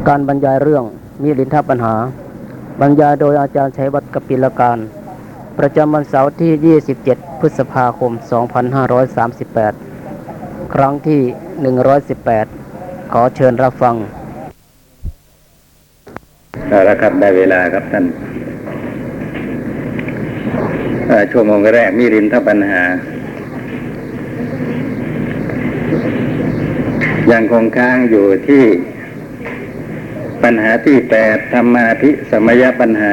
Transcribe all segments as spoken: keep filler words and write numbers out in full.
การบรรยายเรื่องมิลินทปัญหาบรรยายโดยอาจารย์ชัยวัฒน์กปิลการประจำวันเสาร์ที่ยี่สิบเจ็ดพฤษภาคมสองพันห้าร้อยสามสิบแปดครั้งที่หนึ่งร้อยสิบแปดขอเชิญรับฟังเอาละครับได้เวลาครับท่านชั่วโมงแรกมิลินทปัญหายังคงค้างอยู่ที่ปัญหาที่แปดธรรมาภิสมัยปัญหา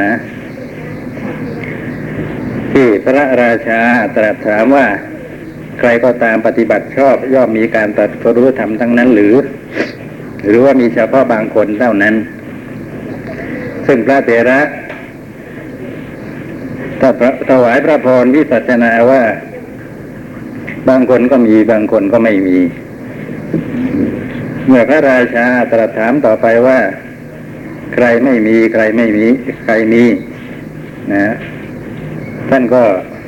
ที่พระราชาตรัสถามว่าใครก็ตามปฏิบัติชอบย่อมมีการตรัสรู้ธรรมทั้งนั้นหรือหรือว่ามีเฉพาะบางคนเท่านั้นซึ่งพระเถระถวายพระพรวิสัชนาว่าบางคนก็มีบางคนก็ไม่มีเมื่อพระราชาตรัสถามต่อไปว่าใครไม่มีใครไม่มีใครมีนะท่านก็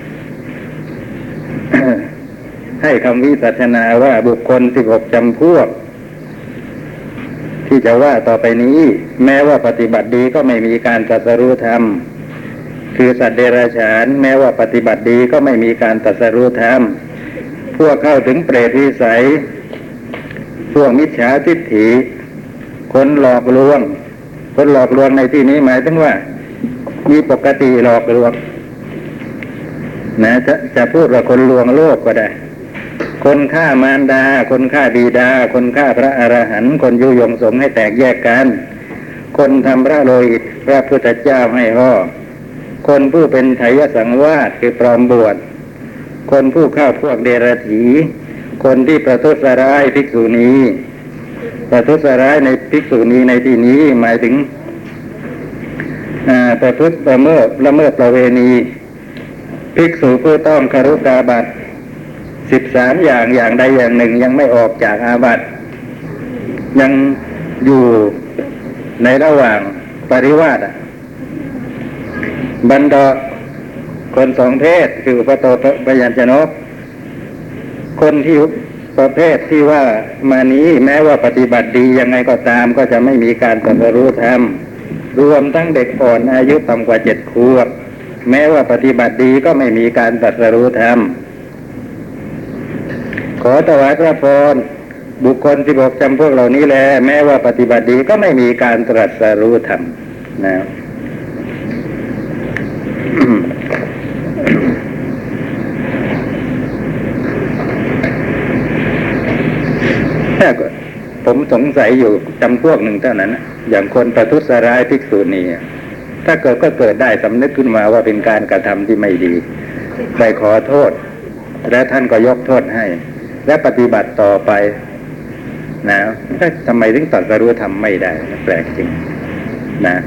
ให้คำวิสัชนาว่าบุคคลสิบหกจำพวกที่จะว่าต่อไปนี้แม้ว่าปฏิบัติดีก็ไม่มีการตรัสรู้ธรรมคือสัตว์เดรัจฉานแม้ว่าปฏิบัติดีก็ไม่มีการตรัสรู้ธรรมพวกเข้าถึงเปรตวิสัยพวกมิจฉาทิฏฐิคนหลอกลวงคนหลอกลวงในที่นี้หมายถึงว่ามีปกติหลอกลวงนะจะจะพูดว่าคนลวงโลกก็ได้คนฆ่ามารดาคนฆ่าบิดาคนฆ่าพระอรหันต์คนยุยงสงฆ์ให้แตกแยกกันคนทำพระโลหิตพระพุทธเจ้าให้ห่อคนผู้เป็นไถยสังวาสคือปลอมบวชคนผู้เข้าพวกเดรัจฉีคนที่ประทุษร้ายภิกษุณีประทุษร้ายในภิกษุณีในที่นี้หมายถึงประทุษละเมิดละเมิดประเวณีภิกษุผู้ต้องคฤกาบัตสิบสามอย่างอย่างใดอย่างหนึ่งยังไม่ออกจากอาบัติยังอยู่ในระหว่างปริวาสบัณฑะคนสองเพศคืออุปโตปยัญชนกคนที่ประเภทที่ว่ามานี้แม้ว่าปฏิบัติดียังไงก็ตามก็จะไม่มีการตรัสรู้ธรรมรวมทั้งเด็กอ่อนอายุต่ำกว่าเจ็ดขวบแม้ว่าปฏิบัติดีก็ไม่มีการตรัสรู้ธรรมขอถวายพระพรบุคคลสิบหกจำพวกเหล่านี้แลแม้ว่าปฏิบัติดีก็ไม่มีการตรัสรู้ธรรมนะผมสงสัยอยู่จำพวกหนึ่งเท่านั้นอย่างคนประทุษร้ายภิกษุณีถ้าเกิดก็เกิดได้สำนึกขึ้นมาว่าเป็นการกระทำที่ไม่ดีไปขอโทษและท่านก็ยกโทษให้และปฏิบัติต่อไปนะทำไมถึงตรัสรู้ทำไม่ได้แปลกจริงนะ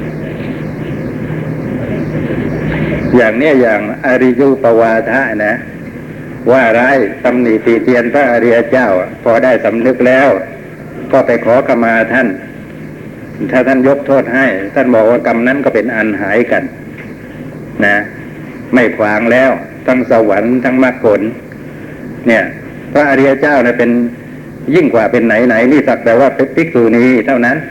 อย่างเนี้ยอย่างอริยุปวาทะนะว่าร้ายตำหนิติเตียนพระอริยเจ้าพอได้สำนึกแล้วก็ไปขอขมาท่านถ้าท่านยกโทษให้ท่านบอกว่ากรรมนั้นก็เป็นอันหายกันนะไม่ขวางแล้วทั้งสวรรค์ทั้งมรรคผลเนี่ยพระอริยเจ้าเนี่ยเป็นยิ่งกว่าเป็นไหนไหนนี่สักแต่ว่าเป็นภิกษุณีเท่านั้น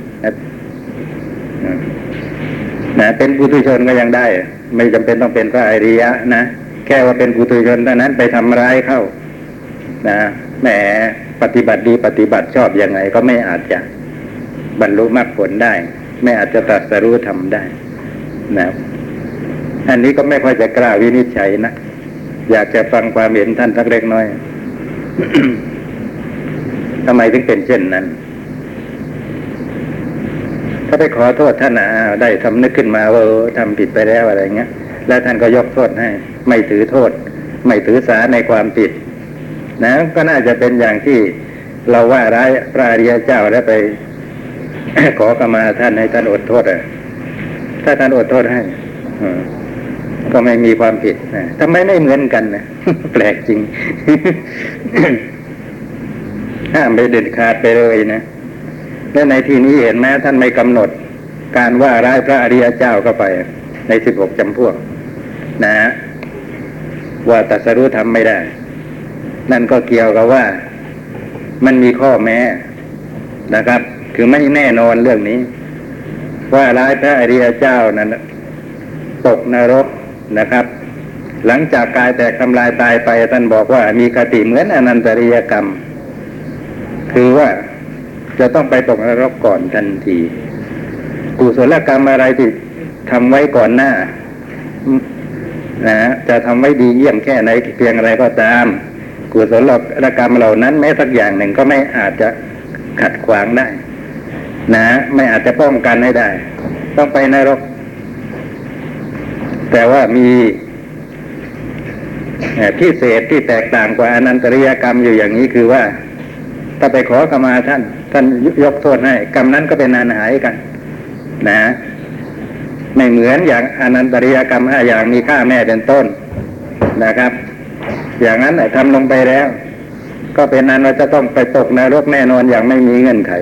นะเป็นปุถุชนก็ยังได้ไม่จำเป็นต้องเป็นพระอริยะนะแค่ว่าเป็นปุถุชนเท่านั้นไปทำร้ายเข้านะแหมปฏิบัติดีปฏิบัติชอบยังไงก็ไม่อาจจะบรรลุมรรคผลได้ไม่อาจจะตรัสรู้ธรรมได้นะอันนี้ก็ไม่ค่อยจะกล้าวินิจฉัยนะอยากจะฟังความเห็นท่านสักเล็กน้อย ทำไมถึงเป็นเช่นนั้นถ้าไปขอโทษท่านนะได้สำนึกขึ้นมาว่าทำผิดไปแล้วอะไรเงี้ยแล้วท่านก็ยกโทษให้ไม่ถือโทษไม่ถือสาในความผิดนะก็น่าจะเป็นอย่างที่เราว่าร้ายพระอริยเจ้าแล้วไป ขอขมาท่านให้ท่านอดโทษอ่ะถ้าท่านอดโทษให้ก็ไม่มีความผิดนะทำไมไม่เหมือนกันนะ แปลกจริง ห้ามไปเด็ดขาดไปเลยนะและในที่นี้เห็นไหมท่านไม่กำหนดการว่าร้ายพระอริยเจ้าเข้าไปในสิบหกจำพวกนะว่าตรัสรู้ธรรมไม่ได้นั่นก็เกี่ยวกับว่ามันมีข้อแม้นะครับคือไม่แน่นอนเรื่องนี้ว่าร้ายพระอริยเจ้านั้นตกนรกนะครับหลังจากกายแตกทำลายตายไปท่านบอกว่ามีคติเหมือนอนันตริยกรรมคือว่าจะต้องไปตกนรกก่อนทันทีกุศลกรรมอะไรที่ทำไว้ก่อนหน้านะจะทำไว้ดีเยี่ยมแค่ไหนเพียงอะไรก็ตามกุศลกรรมเหล่านั้นแม้สักอย่างหนึ่งก็ไม่อาจจะขัดขวางได้นะไม่อาจจะป้องกันให้ได้ต้องไปนรกแต่ว่ามีพิเศษที่แตกต่างกว่าอนันตริยกรรมอยู่อย่างนี้คือว่าถ้าไปขอขมาท่านท่านยกโทษให้กรรมนั้นก็เป็นอนันหายกันนะไม่เหมือนอย่างอนันตริยกรรมห้าอย่างมีฆ่าแม่เป็นต้นนะครับอย่างนั้นทำลงไปแล้วก็เป็นนั้นว่าจะต้องไปตกนรกแน่นอนอย่างไม่มีเงื่อนไข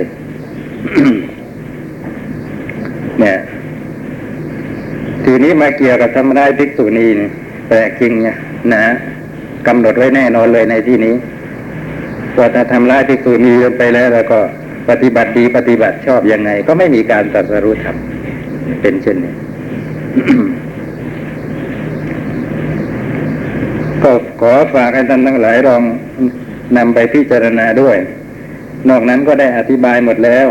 เนี่ยทีนี้มาเกี่ยวกับทำร้ายภิกษุณีนี่แปลกจริงเนี่ยนะกำหนดไว้แน่นอนเลยในที่นี้ว่าถ้าทำร้ายภิกษุณีลงไปแล้วแล้วก็ปฏิบัติดีปฏิบัติชอบยังไงก็ไม่มีการตรัสรู้ธรรมเป็นเช่นนี้ ก็ขอฝากให้ท่านทั้งหลายลองนำไปพิจารณาด้วยนอกนั้นก็ได้อธิบายหมดแล้ว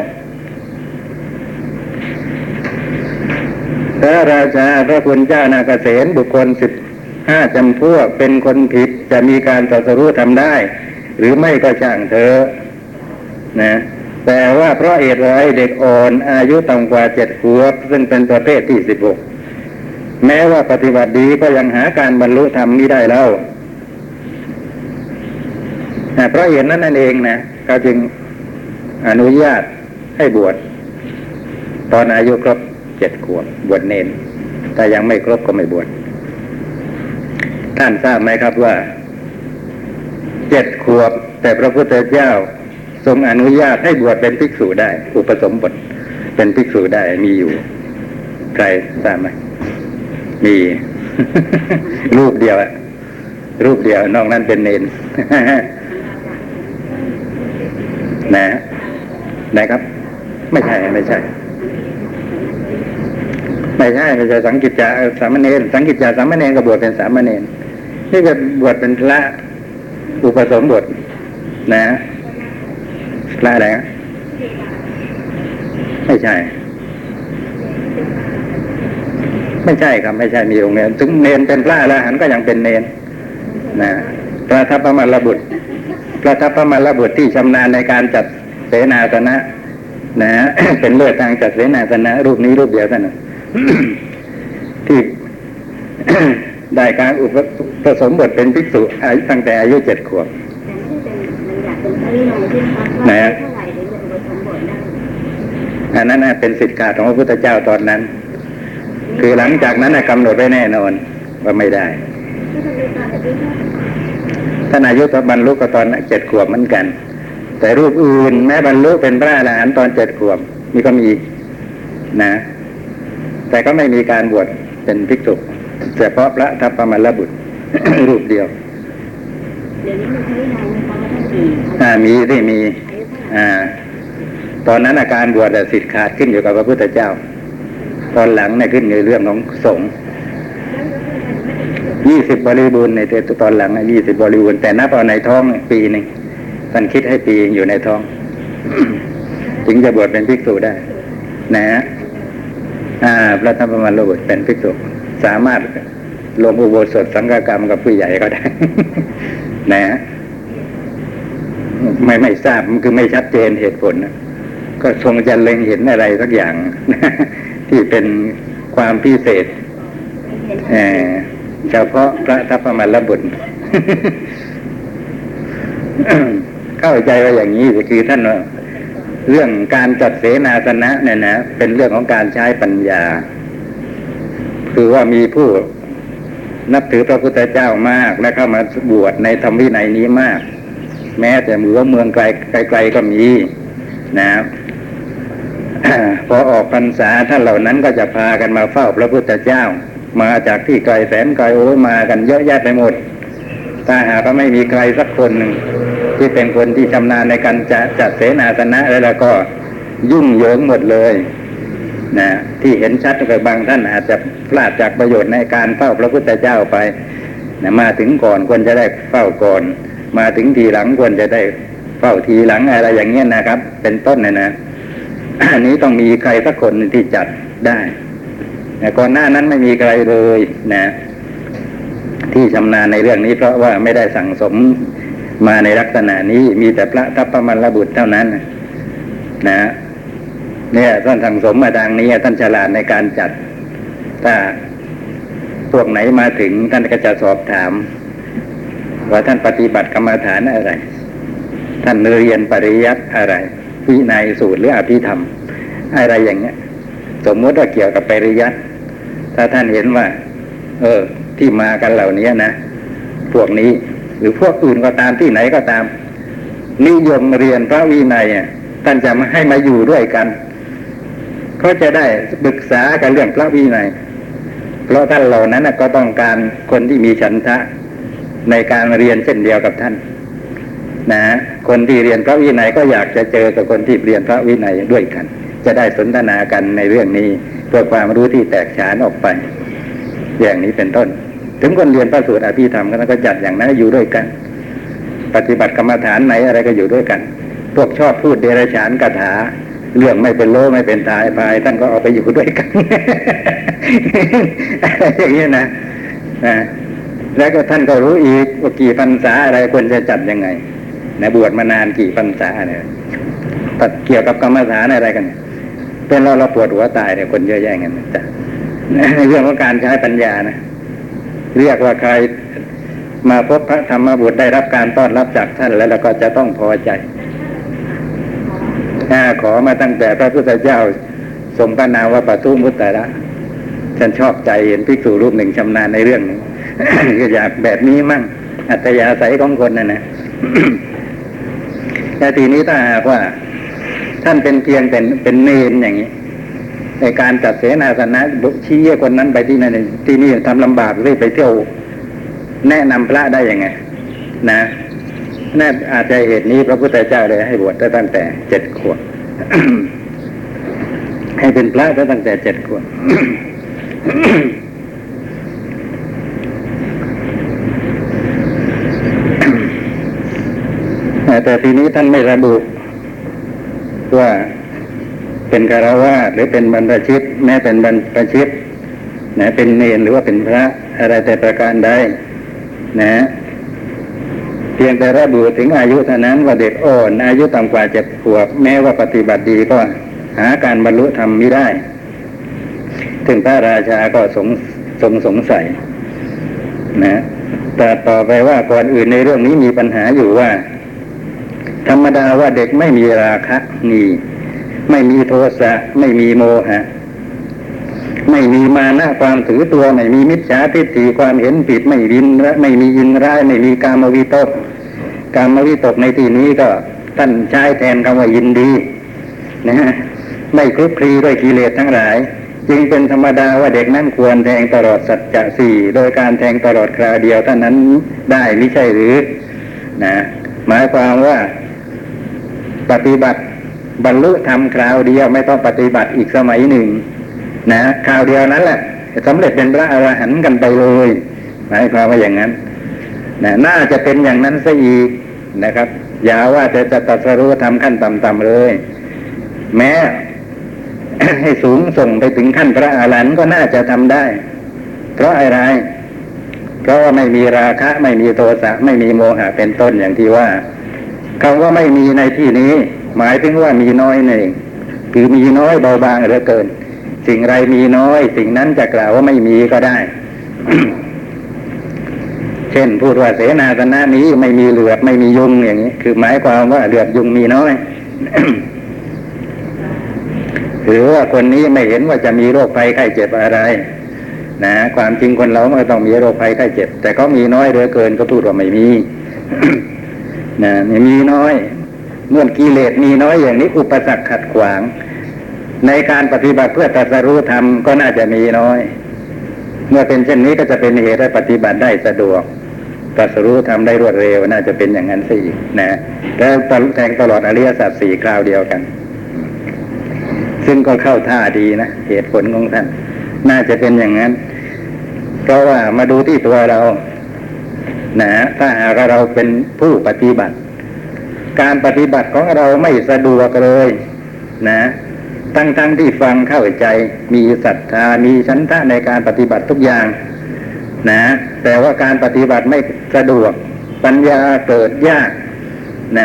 พระราชาพระคุณเจ้านาเกษตรบุคคลสิบห้าจำพวกเป็นคนผิดจะมีการตรัสรู้ทำได้หรือไม่ก็ช่างเถอะนะแต่ว่าเพราะเหตุไรเด็กอ่อนอายุต่ำกว่าเจ็ดขวบซึ่งเป็นประเภทที่สิบหกแม้ว่าปฏิบัติดีก็ยังหาการบรรลุธรรมไม่ได้แล้วเพราะเหตุนั้นนั่นเองนะเขาจึงอนุญาตให้บวชตอนอายุครบเจ็ดขวบบวชเนรแต่ยังไม่ครบก็ไม่บวชท่านทราบไหมครับว่าเจ็ดขวบแต่พระพุทธเจ้าทรงอนุญาตให้บวชเป็นภิกษุได้อุปสมบทเป็นภิกษุได้มีอยู่ใครทราบไหมมี รูปเดียวอะรูปเดียวนอกนั้นเป็นเนร นะนะครับไม่ใช่ไม่ใช่ไม่ใช่ไม่ใช่สังกิจจาสามเณรสังกิจจาสามเณรก็บวชเป็นสามเณรนี่ก็บวชเป็นพระอุปสมบทนะพระอะไรไม่ใช่ไม่ใช่ครับไม่ใช่มีองค์เนรถึงเนรเป็นพระอรหันต์ก็ยังเป็นเนรนะพระทัพพมรบุตรพระทัพพมรบุตรที่ชำนาญในการจัดเสนาสนะนะ เป็นเลิศทางจัดเสนาสนะรูปนี้รูปเดียวเท่านั้น ที่ ได้การอุปสมบทเป็นภิกษุตั้งแต่อายุเจ็ดขวบนะอันนั้นเป็นสิทธิขาดของพระพุทธเจ้าตอนนั้นคือหลังจากนั้นกำหนดไว้แน่นอนว่าไม่ได้ท่านอายุบรรลุก็ตอนเจ็ดขวบเหมือนกันแต่รูปอื่นแม้บรรลุเป็นพระอรหันต์ตอนเจ็ดขวบนี่ก็มีนะแต่ก็ไม่มีการบวชเป็นภิกษุเฉพาะพระทัพพมรบุตร รูปเดียวอ่ามีที่มีอ่าตอนนั้นอาการบวชแต่สิทธิ์ขาดขึ้นอยู่กับพระพุทธเจ้าตอนหลังเนี่ยขึ้นในเรื่องของสงฆ์ยี่สิบบริบูรณ์ในตอนหลังยี่สิบบริบูรณ์แต่นับเอาในท้องปีหนึ่งท่านคิดให้ปีอยู่ในท้อง จึงจะบวชเป็นภิกษุได้นะฮะอ่าพระธรรมมรบุตรเป็นภิกษุสามารถลงอุโบสถสังฆกรรมกับผู้ใหญ่ก็ได้ นะฮะไม่ไม่ทราบมันคือไม่ชัดเจนเหตุผลนะก็ทรงจะเล็งเห็นอะไรสักอย่าง ที่เป็นความพิเศษเออเฉพาะพระทัพพมรบุตร เข้าใจว่าอย่างนี้คือท่านว่าเรื่องการจัดเสนาสนะเนี่ยนะเป็นเรื่องของการใช้ปัญญาคือว่ามีผู้นับถือพระพุทธเจ้ามากและเข้ามาบวชในธรรมวินัยนี้มากแม้แต่เมืองเมืองไกลไกลๆก็มีนะ พอออกพรรษาท่านเหล่านั้นก็จะพากันมาเฝ้าพระพุทธเจ้ามาจากที่ไกลแสนไกลโอ้มากันเยอะแยะไปหมดถ้าหากว่าไม่มีใครสักคนหนึ่งที่เป็นคนที่ชำนาญในการจะจัดเสนาสนะแล้วก็ยุ่งเหยิงหมดเลยนะที่เห็นชัดก็บางท่านอาจจะพลาดจากประโยชน์ในการเฝ้าพระพุทธเจ้าไปนะมาถึงก่อนควรจะได้เฝ้าก่อนมาถึงทีหลังควรจะได้เฝ้าทีหลังอะไรอย่างเงี้ยนะครับเป็นต้นนะนะ อันนี้ต้องมีใครสักคนที่จัดได้แต่ก่อนหน้านั้นไม่มีใครเลยนะที่ชำนาญในเรื่องนี้เพราะว่าไม่ได้สั่งสมมาในลักษณะนี้มีแต่พระทัพพมลบุตรเท่านั้นนะเนี่ยท่านสั่งสมมาดังนี้ท่านฉลาดในการจัดถ้าพวกไหนมาถึงท่านก็จะสอบถามว่าท่านปฏิบัติกรรมฐานอะไรท่านเรียนปริยัติอะไรวินัยสูตรหรืออภิธรรมอะไรอย่างเงี้ยสมมติว่าเกี่ยวกับปริยัติถ้าท่านเห็นว่าเออที่มากันเหล่านี้นะพวกนี้หรือพวกอื่นก็ตามที่ไหนก็ตามนิยมเรียนพระวินัยอ่ะท่านจะมาให้มาอยู่ด้วยกันเขาจะได้ปรึกษากันเรื่องพระวินัยเพราะท่านเหล่านั้นก็ต้องการคนที่มีฉันทะในการเรียนเช่นเดียวกับท่านนะคนที่เรียนพระวินัยก็อยากจะเจอกับคนที่เรียนพระวินัยด้วยกันจะได้สนทนากันในเรื่องนี้เพื่อความรู้ที่แตกฉานออกไปอย่างนี้เป็นต้นถึงคนเรียนพระสูตรอภิธรรมก็จัดอย่างนั้นอยู่ด้วยกันปฏิบัติกรรมฐานไหนอะไรก็อยู่ด้วยกันพวกชอบพูดเดรัจฉานคาถาเรื่องไม่เป็นโลไม่เป็นตายภายท่านก็เอาไปอยู่ด้วยกัน อย่างนี้นะแล้วก็ท่านก็รู้อีกว่ากี่พรรษาอะไรควรจะจัดยังไงนะบวชมานานกี่พรรษาเนี่ยตัดเกี่ยวกับกรรมฐานอะไรกันเป็นเราเราปวดหัวตายเนี่ยคนเยอะแยะกันจ้ะในเรื่องของการใช้ปัญญานะเรียกว่าใครมาพบพระธรรมบุตรได้รับการต้อนรับจากท่านแล้วเราก็จะต้องพอใจขอมาตั้งแต่พระพุทธเจ้าทรงพระนามว่าปทุมุตตระฉันชอบใจเห็นภิกษุรูปหนึ่งชำนาญในเรื่องนี้ ก็อยากแบบนี้มั่งอัตยาศัยของคนนะนะ แต่ทีนี้ถ้าหากว่าท่านเป็นเพียงเป็นเป็นเนรอย่างนี้ในการจัดเสนาสนะชี้คนนั้นไปที่นั่นที่นี่ทำลำบากเลยไปเที่ยวแนะนำพระได้ยังไงนะน่าอาจจะเหตุนี้พระพุทธเจ้าเลยให้บวชตั้งแต่เจ็ดขวบ ให้เป็นพระตั้งแต่เจ็ดขวบ แต่ทีนี้ท่านไม่ระบุว่าเป็นฆราวาสหรือเป็นบรรพชิตแม้เป็นบรรพชิตนะเป็นเณรหรือว่าเป็นพระอะไรแต่ประการใดนะเพียงแต่ระบุถึงอายุเท่านั้นว่าเด็กอ่อนอายุต่ำกว่าเจ็ดขวบแม้ว่าปฏิบัติดีก็หาการบรรลุธรรมไม่ได้ถึงพระราชาก็สงสงสงสัยนะแต่ต่อไปว่าก่อนอื่นในเรื่องนี้มีปัญหาอยู่ว่าธรรมดาว่าเด็กไม่มีราคะนี่ไม่มีโทสะไม่มีโมหะไม่มีมานะความถือตัวไม่มีมิจฉาทิฏฐิความเห็นผิดไม่วินไม่มียินร้ายไม่มีกามวิตกกามวิตกในที่นี้ก็ท่านใช้แทนคำว่ายินดีนะไม่คลุกคลีด้วยกิเลสทั้งหลายจึงเป็นธรรมดาว่าเด็กนั้นควรแทงตลอดสัจจะสี่โดยการแทงตลอดคราวเดียวเท่านั้นได้ไม่ใช่หรือนะหมายความว่าปฏิบัติบรรลุธรรมคราวเดียวไม่ต้องปฏิบัติอีกสมัยหนึ่งนะคราวเดียวนั้นแหละสำเร็จเป็นพระอรหันต์กันไปเลยหมายความว่าอย่างนั้นนะน่าจะเป็นอย่างนั้นซะอีกนะครับอย่าว่าจะจะตรัสรู้ธรรมขั้นต่ำๆเลยแม้ ให้สูงส่งไปถึงขั้นพระอรหันต์ก็น่าจะทำได้เพราะอะไรเพราะว่าไม่มีราคะไม่มีโทสะไม่มีโมหะเป็นต้นอย่างที่ว่าคำว่าไม่มีในที่นี้หมายถึงว่ามีน้อยนั่นเองคือมีน้อยเบาบางเหลือเกินสิ่งไรมีน้อยสิ่งนั้นจะกล่าวว่าไม่มีก็ได้ เช่นพูดว่าเสนาสนะนี้ไม่มีเหลือบไม่มียุงอย่างนี้คือหมายความว่าเหลือบยุงมีน้อย หรือว่าคนนี้ไม่เห็นว่าจะมีโรคภัยไข้เจ็บอะไรนะความจริงคนเราไม่ต้องมีโรคภัยไข้เจ็บแต่เขามีน้อยเหลือเกินก็พูดว่าไม่มี นะมีน้อยเมื่อกิเลสมีน้อยอย่างนี้อุปสรรคขัดขวางในการปฏิบัติเพื่อตรัสรู้ธรรมก็น่าจะมีน้อยเมื่อเป็นเช่นนี้ก็จะเป็นเหตุให้ปฏิบัติได้สะดวกตรัสรู้ธรรมได้รวดเร็วน่าจะเป็นอย่างนั้นสินะแล้วแทงตลอดอริยสัจสี่คราวเดียวกันซึ่งก็เข้าท่าดีนะเหตุผลของท่านน่าจะเป็นอย่างนั้นเพราะว่ามาดูที่ตัวเรานะถ้าหากเราเป็นผู้ปฏิบัติการปฏิบัติของเราไม่สะดวกเลยนะทั้งๆ ท, ที่ฟังเข้าใจมีศรัทธามีฉันทะในการปฏิบัติทุกอย่างนะแต่ว่าการปฏิบัติไม่สะดวกปัญญาเกิดยากนะ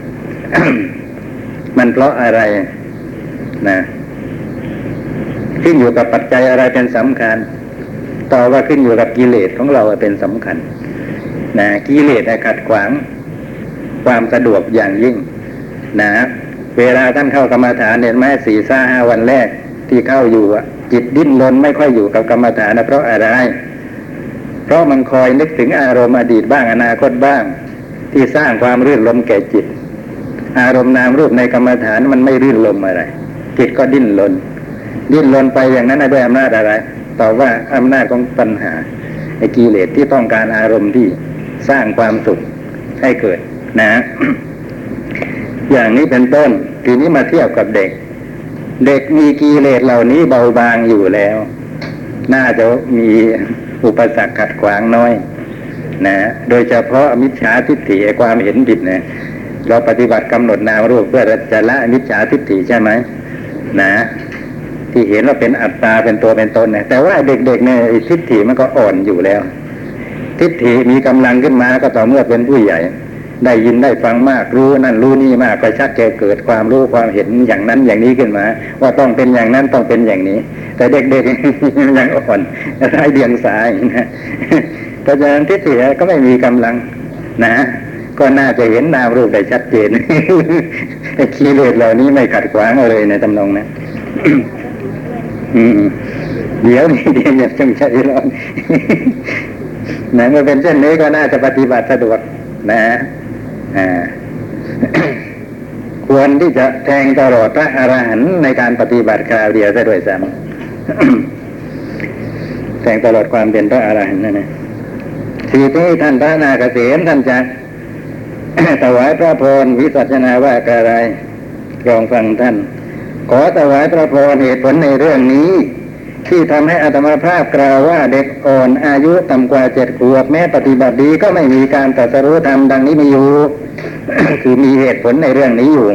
มันเพราะอะไรนะขึ้นอยู่กับปัจจัยอะไรเป็นสำคัญต่อว่าขึ้นอยู่กับกิเลสของเราเป็นสำคัญนะกิเลสขัดขวางความสะดวกอย่างยิ่งนะเวลาท่านเข้ากรรมฐานเห็นไหมสี่ห้าห้าวันแรกที่เข้าอยู่อ่ะจิตดิ้นรนไม่ค่อยอยู่กับกรรมฐานนะเพราะอะไรเพราะมันคอยนึกถึงอารมณ์อดีตบ้างอนาคตบ้างที่สร้างความรื่นรมแก่จิตอารมณ์นามรูปในกรรมฐานมันไม่รื่นรมอะไรจิตก็ดิ้นรนดิ้นรนไปอย่างนั้นด้วยอำนาจอะไรตอบว่าอำนาจของปัญหาไอ้กิเลสที่ต้องการอารมณ์ที่สร้างความสุขให้เกิดนะ อย่างนี้เป็นต้นทีนี้มาเทียบกับเด็กเด็กมีกิเลสเหล่านี้เบาบางอยู่แล้วน่าจะมีอุปสรรคขัดขวางน้อยนะโดยเฉพาะมิจฉาทิฏฐิความเห็นผิดเนี่ยเราปฏิบัติกำหนดนามรูปเพื่อจะละมิจฉาทิฏฐิใช่ไหมนะที่เห็นว่าเป็นอัตตาเป็นตัวเป็นตนเนี่ยแต่ว่าเด็กๆเนี่ยทิฏฐิมันก็อ่อนอยู่แล้วทิฏฐิมีกำลังขึ้นมาก็ต่อเมื่อเป็นผู้ใหญ่ได้ยินได้ฟังมากรู้นั่นรู้นี่มากก็ชักแกเกิดความรู้ความเห็นอย่างนั้นอย่างนี้ขึ้นมาว่าต้องเป็นอย่างนั้นต้องเป็นอย่างนี้แต่เด็กๆยังอ่อนไร้เดียงสานะเพราะฉะนั้นทิฏฐิก็ไม่มีกำลังนะก็น่าจะเห็นนามรูปได้ชัดเจนไอ้กิเลสเหล่านี้ไม่ขัดขวางเลยในตำนองนะเดี๋ยวนี้เดี๋ยวอย่าจงใจร้อนนะเมื่อเป็นเช่นนี้ก็น่าจะปฏิบัติสะดวกนะควรที่จะแทงตลอดพระอรหันต์ในการปฏิบัติคราวเดียวซะด้วยซ้ำ แทงตลอดความเป็นพระอรหันต์นั่นนะทีนี้ท่านพระนาคเษนท่านจะ ถวายพระพรวิสัชนาว่าอะไรลองฟังท่านขอถวายพระพรเหตุผลในเรื่องนี้ที่ทำให้อาตมาภาพกล่าวว่าเด็กอ่อนอายุต่ำกว่าเจ็ดขวบแม้ปฏิบัติดีก็ไม่มีการตรัสรู้ธรรมดังนี้มีอยู่ คือมีเหตุผลในเรื่องนี้อยู่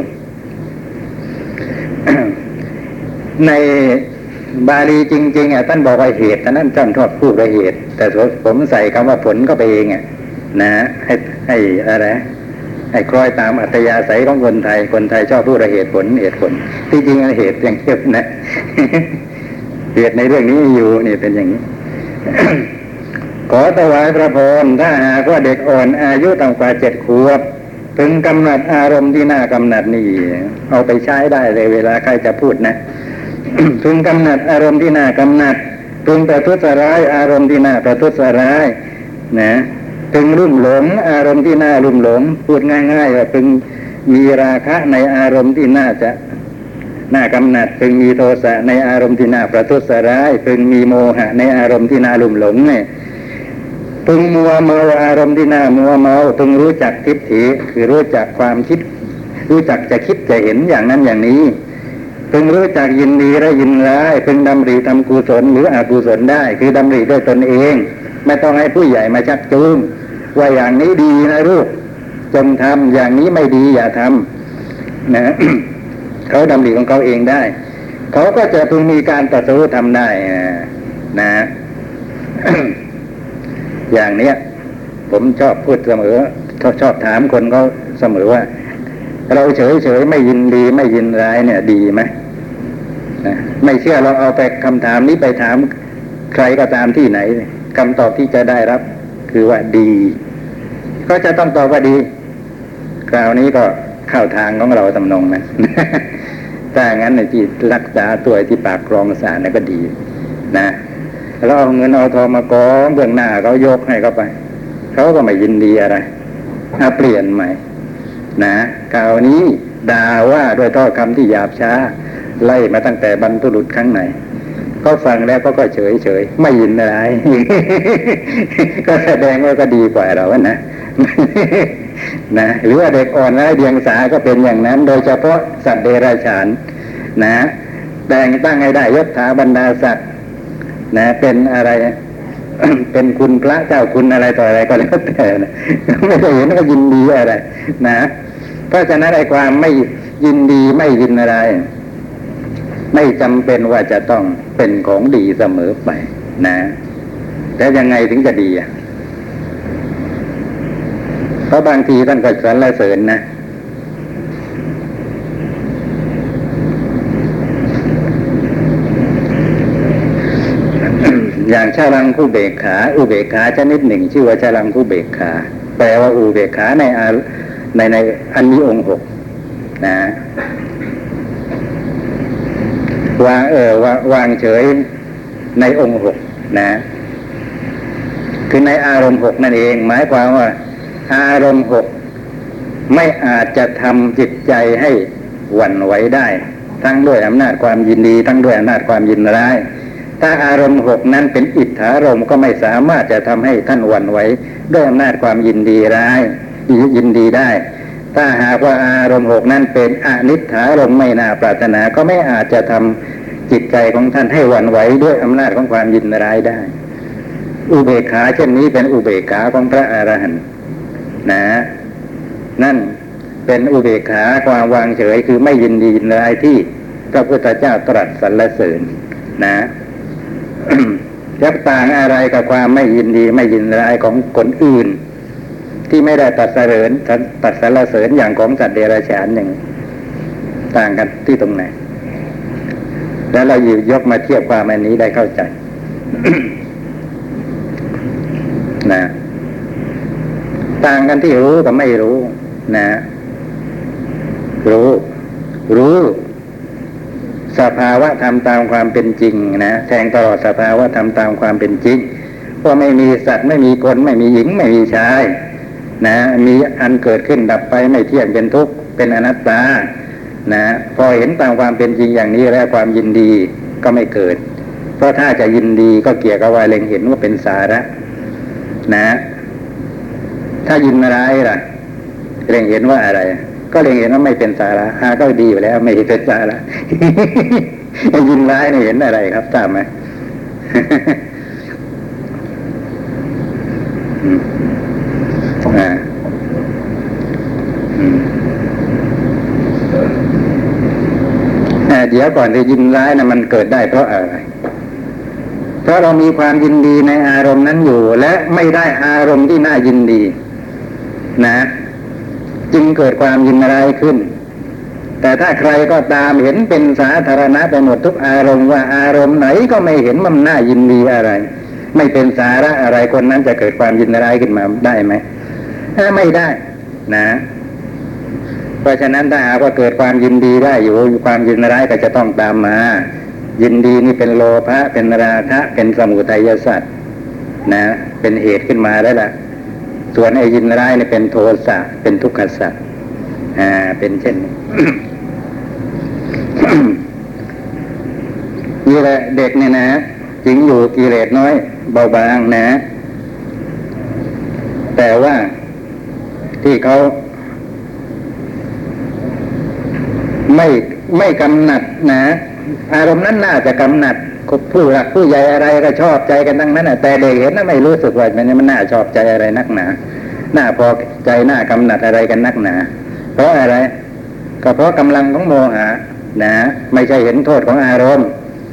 ในบาลีจริงๆอ่ะท่านบอกว่าเหตุท่านนั้นจำชอบพูดว่าเหตุแต่ผมใส่คำว่าผลก็ไปเองอ่ะนะให้ให้อะไรให้คล้อยตามอัธยาศัยของคนไทยคนไทยชอบพูดว่าเหตุผลเหตุผลที่จริงเหตุอย่างเดียวนะ เหตุในเรื่องนี้อยู่นี่เป็นอย่างนี้ ขอถวายพระพรถ้าหากว่าเด็กอ่อนอายุต่ำกว่าเจ็ดขวบถึงกำหนัดอารมณ์ที่น่ากำหนัดนี่เอาไปใช้ได้เลยเวลาใครจะพูดนะ ถึงกำหนัดอารมณ์ที่น่ากำหนัดถึงประทุษร้ายอารมณ์ที่น่าประทุษร้ายนะถึงรุ่มหลงอารมณ์ที่น่ารุ่มหลงพูดง่ายๆว่าถึงมีราคะในอารมณ์ที่น่าจะน่ากำหนัดพึงมีโทสะในอารมณ์ที่น่าประทุษร้ายพึงมีโมหะในอารมณ์ที่น่าลุ่มหลงเนี่ยพึงมัวเมาอารมณ์ที่น่ามัวเมาพึงรู้จักทิฏฐิคือรู้จักความคิดรู้จักจะคิดจะเห็นอย่างนั้นอย่างนี้พึงรู้จักยินดีและยินร้ายพึงดำริทำกุศลหรืออกุศลได้คือดำริด้วยตนเองไม่ต้องให้ผู้ใหญ่มาชักจูงว่าอย่างนี้ดีนะลูกจงทำอย่างนี้ไม่ดีอย่าทำนะ เขาดำริของเขาเองได้เขาก็จะพึงมีการตรัสรู้ทำได้นะ อย่างเนี้ยผมชอบพูดเสมอชอบชอบถามคนเขาเสมอว่าเราเฉยเฉยไม่ยินดีไม่ยินร้ายเนี่ยดีไหมนะไม่เชื่อเราเอาไปคำถามนี้ไปถามใครก็ตามที่ไหนคำตอบที่จะได้รับคือว่าดีก็จะต้องตอบว่าดีคราวนี้ก็เข้าทางของเราตำนองนะถ้างั้นในที่รักษาตัวที่ปากครองสารนี่ก็ดีนะเราเอาเงินเอาทองมากองเบื้องหน้าเขายกให้เขาไปเขาก็ไม่ยินดีอะไรเอาเปลี่ยนใหม่นะคราวนี้ด่าว่าด้วยถ้อยคำที่หยาบช้าไล่มาตั้งแต่บรรพบุรุษครั้งไหนก็ฟังแล้วก็ก็เฉยเฉยไม่ยินอะไร ก็แสดงว่าก็ดีกว่าเรานะ นะหรือว่าเด็กอ่อนไร้เดียงสาก็เป็นอย่างนั้นโดยเฉพาะสัตว์เดรัจฉานนะแต่งตั้งให้ได้ยศถาบรรดาศักดิ์นะเป็นอะไร เป็นคุณพระเจ้าคุณอะไรต่ออะไรก็แล้วแต่นะไม่ได้เห็นว่ายินดีอะไรนะเพราะฉะนั้นไอ้ความไม่ยินดีไม่ยินอะไรไม่จำเป็นว่าจะต้องเป็นของดีเสมอไปนะแต่ยังไงถึงจะดีอ่ะเพราะบางทีท่านก็สรรเสริญนะอย่างชาลังคุเบกขาอุเบกขาชนิดหนึ่งชื่อว่าชาลังคุเบกขาแปลว่าอุเบกขาในในในอันนี้องค์หกนะวางเออวางเฉยในองค์หกนะคือในอารมณ์หกนั่นเองหมายความว่าอารมณ์หกไม่อาจจะทำจิตใจให้หวั่นไหวได้ทั้งด้วยอำนาจความยินดีทั้งด้วยอำนาจความยินร้ายถ้าอารมณ์หกนั้นเป็นอิทธารมณ์ก็ไม่สามารถจะทำให้ท่านหวั่นไหวด้วยอำนาจความยินดีร้ายยินดีได้ถ้าหากว่าอารมณ์หกนั้นเป็นอนิถารมณ์ไม่น่าปรารถนาก็ไม่อาจจะทำจิตใจของท่านให้หวั่นไหวด้วยอำนาจของความยินร้ายได้อุเบกขาเช่นนี้เป็นอุเบกขาของพระอรหันต์นะนั่นเป็นอุเบกขาความวางเฉยคือไม่ยินดียินร้ายที่พระพุทธเจ้าตรัสสรรเสริญนะจะต่างอะไรกับความไม่ยินดีไม่ยินร้ายของคนอื่นที่ไม่ได้ตัดสรรเสริญตัดสรรเสริญอย่างของสัตว์เดรัจฉานหนึ่งต่างกันที่ตรงไหนแล้วเราหยิบยกมาเทียบความอันนี้ได้เข้าใจ นะต่างกันที่รู้กับไม่รู้นะรู้รู้สภาวะธรรมตามความเป็นจริงนะแทงตลอดสภาวะธรรมตามความเป็นจริงเพราะไม่มีสัตว์ไม่มีคนไม่มีหญิงไม่มีชายนะมีอันเกิดขึ้นดับไปไม่เที่ยงเป็นทุกข์เป็นอนัตตานะพอเห็นตามความเป็นจริงอย่างนี้แล้วความยินดีก็ไม่เกิดเพราะถ้าจะยินดีก็เกี่ยวกับว่าเล็งเห็นว่าเป็นสาระนะถ้ายินร้ายล่ะเล็งเห็นว่าอะไรก็เล็งเห็นว่าไม่เป็นสาระหาก็ดีอยู่แล้วไม่เป็นสาระ ยินร้ายเนี่ยเห็นอะไรครับทราบไหม อ่าเดี๋ยวก่อนจะยินร้ายนะมันเกิดได้เพราะอะไรเพราะเรามีความยินดีในอารมณ์นั้นอยู่และไม่ได้อารมณ์ที่น่ายินดีนะจึงเกิดความยินร้ายขึ้นแต่ถ้าใครก็ตามเห็นเป็นสาธารณะไปหมดทุกอารมณ์ว่าอารมณ์ไหนก็ไม่เห็นมันน่ายินดีอะไรไม่เป็นสาระอะไรคนนั้นจะเกิดความยินร้ายขึ้นมาได้ไหมไม่ได้นะเพราะฉะนั้นถ้าหากว่าเกิดความยินดีได้อยู่ความยินร้ายก็จะต้องตามมายินดีนี่เป็นโลภะเป็นราคะเป็นสมุทัยสัตว์นะเป็นเหตุขึ้นมาแล้วล่ะส่วนไอ้ยินร้ายนี่เป็นโทสะเป็นทุกขสัตว์อ่าเป็นเช่นนี้ นี่แหละเด็กเนี่ยนะจริงอยู่กิเลสน้อยเบาบางนะแต่ว่าที่เขาไม่ไม่กำหนัดนะอารมณ์นั้นน่าจะกำหนัดผู้หลักผู้ใหญ่อะไรก็ชอบใจกันทั้งนั้นแต่เด็กเห็นนะไม่รู้สึกว่ามันมันน่าชอบใจอะไรนักหนาน่าพอใจน่ากำหนัดอะไรกันนักหนาเพราะอะไรก็เพราะกำลังของโมหะนะไม่ใช่เห็นโทษของอารมณ์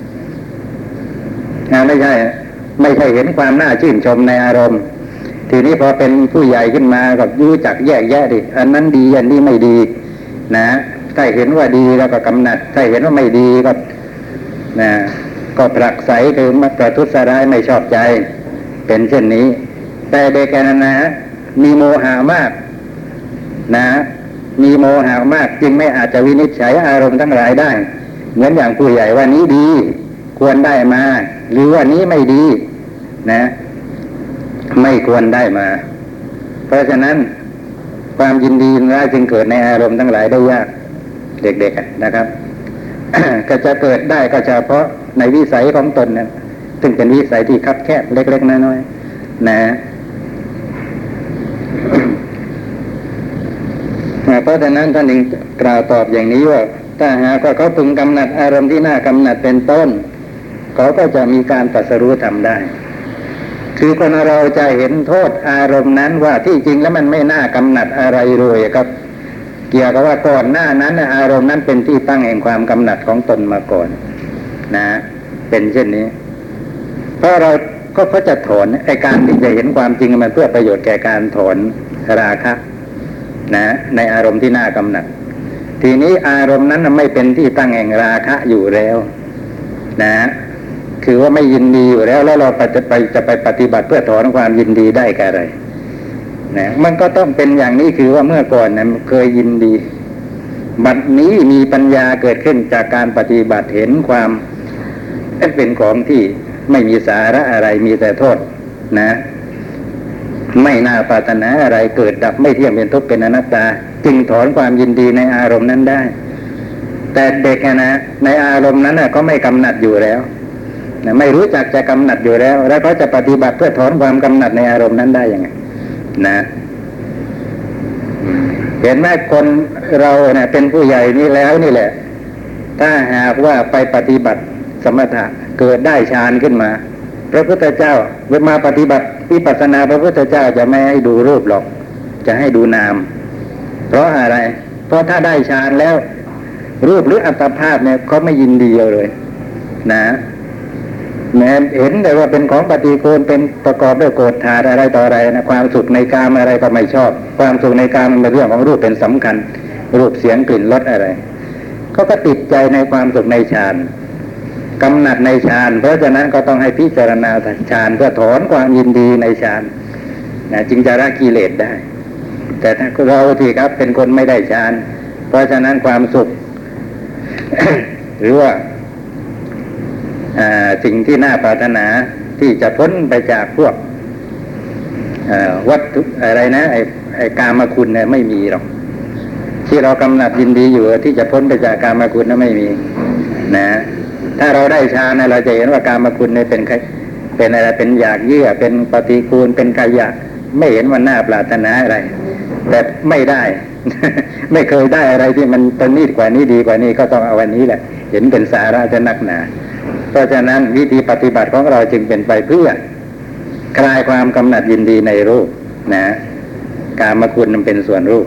นะไม่ใช่ไม่ใช่เห็นความน่าชื่นชมในอารมณ์ทีนี้พอเป็นผู้ใหญ่ขึ้นมาก็รู้จักแยกแยะดิอันนั้นดีอันนี้ไม่ดีนะถ้าเห็นว่าดีแล้วก็กำหนัดถ้าเห็นว่าไม่ดีก็นะก็ผลักไสคือมาประทุษร้ายไม่ชอบใจเป็นเช่นนี้แต่เด็กแกนั้นนะมีโมหะมากนะมีโมหะมากจึงไม่อาจจะวินิจฉัยอารมณ์ทั้งหลายได้เหมือนอย่างผู้ใหญ่ว่านี้ดีควรได้มาหรือว่านี้ไม่ดีนะไม่ควรได้มาเพราะฉะนั้นความยินดียินร้ายจึงเกิดในอารมณ์ทั้งหลายได้ยากเด็กๆนะครับ ก็จะเกิดได้ก็เฉพาะในวิสัยของตนนะซึ่งเป็นวิสัยที่คับแคบเล็กๆน้อยๆนะ เพราะฉะนั้นท่านจึงกล่าวตอบอย่างนี้ว่าถ้าหากว่าเขาพึงกำหนัดอารมณ์ที่น่ากำหนัดเป็นต้นเขาก็จะมีการตรัสรู้ธรรมได้คือคนเราจะเห็นโทษอารมณ์นั้นว่าที่จริงแล้วมันไม่น่ากำหนัดอะไรเลยครับเกี่ยวกับว่าก่อนหน้านั้นอารมณ์นั้นเป็นที่ตั้งแห่งความกำหนัดของตนมาก่อนนะเป็นเช่นนี้เพราะเราก็เขาจะถอนไอ้การที่จะเห็นความจริงมันเพื่อประโยชน์แก่การถอนราคะนะในอารมณ์ที่น่ากำหนัดทีนี้อารมณ์นั้นไม่เป็นที่ตั้งแห่งราคะอยู่แล้วนะคือว่าไม่ยินดีอยู่แล้วแล้วเราจะไปจะไปปฏิบัติเพื่อถอนความยินดีได้กับอะไรนะมันก็ต้องเป็นอย่างนี้คือว่าเมื่อก่อนนะเคยยินดีบัดนี้มีปัญญาเกิดขึ้นจากการปฏิบัติเห็นความเป็นของที่ไม่มีสาระอะไรมีแต่โทษนะไม่น่าปรารถนาอะไรเกิดดับไม่เที่ยงเป็นทุกข์เป็นอนัตตาจึงถอนความยินดีในอารมณ์นั้นได้แต่เด็กนะในอารมณ์นั้นนะก็ไม่กำหนัดอยู่แล้วนะไม่รู้จักจะกำหนัดอยู่แล้วแล้วเขาจะปฏิบัติเพื่อถอนความกำหนัดในอารมณ์นั้นได้ยังไงนะเห็นไหมคนเราเนี่ยเป็นผู้ใหญ่นี่แล้วนี่แหละถ้าหากว่าไปปฏิบัติสมถะเกิดได้ฌานขึ้นมาพระพุทธเจ้าเวลามาปฏิบัติวิปัสสนาพระพุทธเจ้าจะไม่ให้ดูรูปหรอกจะให้ดูนามเพราะอะไรเพราะถ้าได้ฌานแล้วรูปหรืออัตภาพเนี่ยเขาไม่ยินดีเลยนะแม้เห็นแต่ว่าเป็นของปฏิกูลเป็นประกอบด้วยโกรธธาตุอะไรต่ออะไรนะความสุขในกามอะไรก็ไม่ชอบความสุขในกามมันเป็นเรื่องของรูปเป็นสำคัญรูปเสียงกลิ่นรสอะไรเขาก็ติดใจในความสุขในฌานกำหนัดในฌานเพราะฉะนั้นก็ต้องให้พิจารณาฌานเพื่อถอนความยินดีในฌานนะจึงจะละกิเลสได้แต่ถ้าเราที่ครับเป็นคนไม่ได้ฌานเพราะฉะนั้นความสุข หรือว่าสิ่งที่น่าปรารถนาที่จะพ้นไปจากพวกวัตถุอะไรนะไอ้ไอ้กามคุณเนี่ยไม่มีหรอกที่เรากำหนัดยินดีอยู่ที่จะพ้นไปจากกามคุณนั้นไม่มีนะถ้าเราได้ฌานเราจะเห็นว่ากามคุณเนี่ยเป็นเป็นอะไรเป็นอยากเยื่อเป็นปฏิกูลเป็นขยะไม่เห็นว่าน่าปรารถนาอะไรแต่ไม่ได้ ไม่เคยได้อะไรที่มันประณีตกว่านี้ดีกว่านี้ก็ต้องเอาวันนี้แหละเห็นเป็นสาระจะนักหนาเพราะฉะนั้นวิธีปฏิบัติของเราจึงเป็นไปเพื่อคลายความกำหนัดยินดีในรูปนะกามคุณมันเป็นส่วนรูป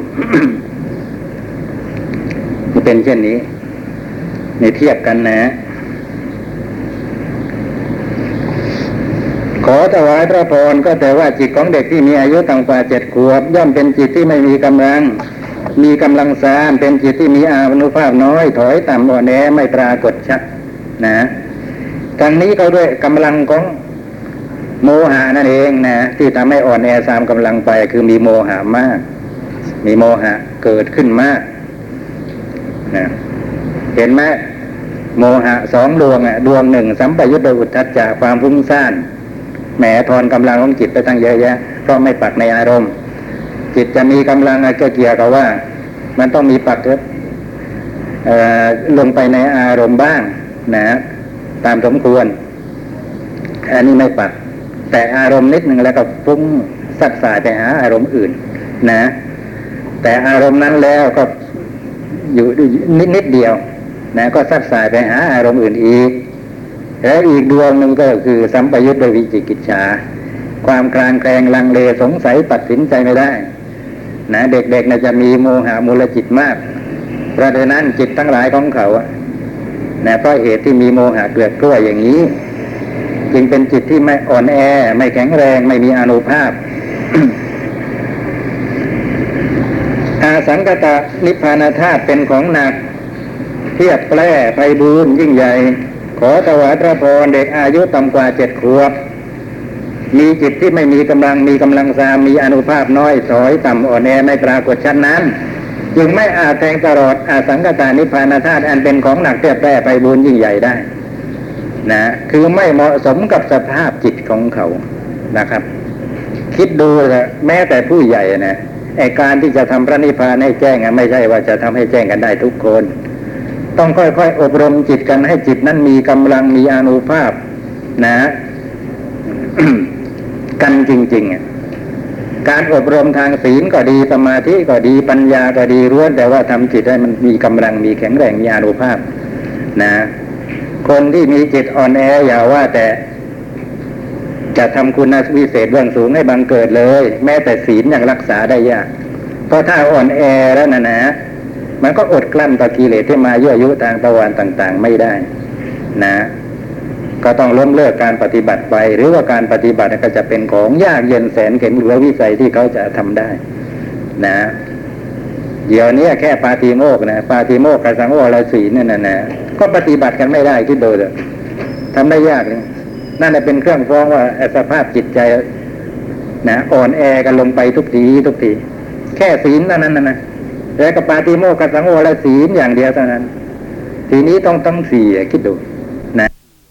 มันเป็นเช่นนี้ในเทียบกันนะขอถวายพระพรก็แต่ว่าจิตของเด็กที่มีอายุต่ำกว่าเจ็ดขวบย่อมเป็นจิตที่ไม่มีกำลังมีกำลังซามเป็นจิตที่มีอานุภาพน้อยถอยต่ำอ่อนแอไม่ปรากฏชัดนะทั้งนี้ก็ด้วยกำลังของโมหะนั่นเองนะที่ทำให้อ่อนแอซามกำลังไปคือมีโมหะมากมีโมหะเกิดขึ้นมากนะเห็นไหมโมหะสองดวงอ่ะดวงหนึ่งสัมปยุตโดยอุทธัจจะความฟุ้งซ่านแหมทอนกำลังของจิตไปตั้งเยอะแยะเพราะไม่ปักในอารมณ์จิตจะมีกำลังก็เกี่ยวกับว่ามันต้องมีปักเอ่อลงไปในอารมณ์บ้างนะตามสมควรอันนี้ไม่ปักแต่อารมณ์นิดหนึ่งแล้วก็ฟุ้งสักสายไปหาอารมณ์อื่นนะแต่อารมณ์นั้นแล้วก็อยู่นิดนิดเดียวนะก็สักสายไปหาอารมณ์อื่นอีกแล้วอีกดวงหนึ่งก็คือสัมปยุตโดยวิจิกิจฉาความคลางแคลงลังเลสงสัยตัดสินใจไม่ได้นะเด็กๆน่ะจะมีโมหะมูลจิตมากเพราะฉะนั้นจิตทั้งหลายของเขานะเพราะเหตุที่มีโมหะเกลือกกล้วยอย่างนี้จึงเป็นจิตที่ไม่อ่อนแอไม่แข็งแรงไม่มีอานุภาพ อาสังกตนิพพานธาตุเป็นของหนักเทียบแปร่ไพบูลย์ยิ่งใหญ่ขอถวายพระพรเด็กอายุต่ำกว่าเจ็ดขวบมีจิตที่ไม่มีกำลังมีกำลังซามมีอานุภาพน้อยถอยต่ำอ่อนแอไม่ปรากฏชัดนั้นจึงไม่อาจแทงตลอดอาสังกตานิพพานธาตุอันเป็นของหนักเทียบแปร่ไพบูลย์ยิ่งใหญ่ได้นะคือไม่เหมาะสมกับสภาพจิตของเขานะครับคิดดูนะแม้แต่ผู้ใหญ่นะไอ้การที่จะทำพระนิพพานให้แจ้งไม่ใช่ว่าจะทำให้แจ้งกันได้ทุกคนต้องค่อยๆอบรมจิตกันให้จิตนั้นมีกำลังมีอานุภาพนะ กันจริงๆการอบรมทางศีลก็ดีสมาธิก็ดีปัญญาก็ดีล้วนแต่ว่าทำจิตให้มันมีกำลังมีแข็งแรงมีอานุภาพนะคนที่มีจิตอ่อนแออย่าว่าแต่จะทำคุณวิเศษเบื้องสูงให้บังเกิดเลยแม้แต่ศีลยังรักษาได้ยากเพราะถ้าอ่อนแอแล้วนะนะมันก็อดกลั้นต่อกิเลสที่มายั่วยุทางทวารต่างๆไม่ได้นะก็ต้องล้มเลิกการปฏิบัติไปหรือว่าการปฏิบัติก็จะเป็นของยากเย็นแสนเข็ญเหลือวิสัยที่เขาจะทำได้นะเดี๋ยวนี้แค่ปาฏิโมกข์นะปาฏิโมกข์กับสังวรศีลนั่นนะนะก็ปฏิบัติกันไม่ได้คิดดูเถอะทำได้ยากเลยนั่นเป็นเครื่องฟ้องว่าสภาพจิตใจนะอ่อนแอกันลงไปทุกทีทุกทีแค่ศีลเท่านั้นนะนะแล้วก็ปาฏิโมกข์กับสังวรศีลอย่างเดียวเท่านั้นทีนี้ต้องต้องสี่คิดดูนะ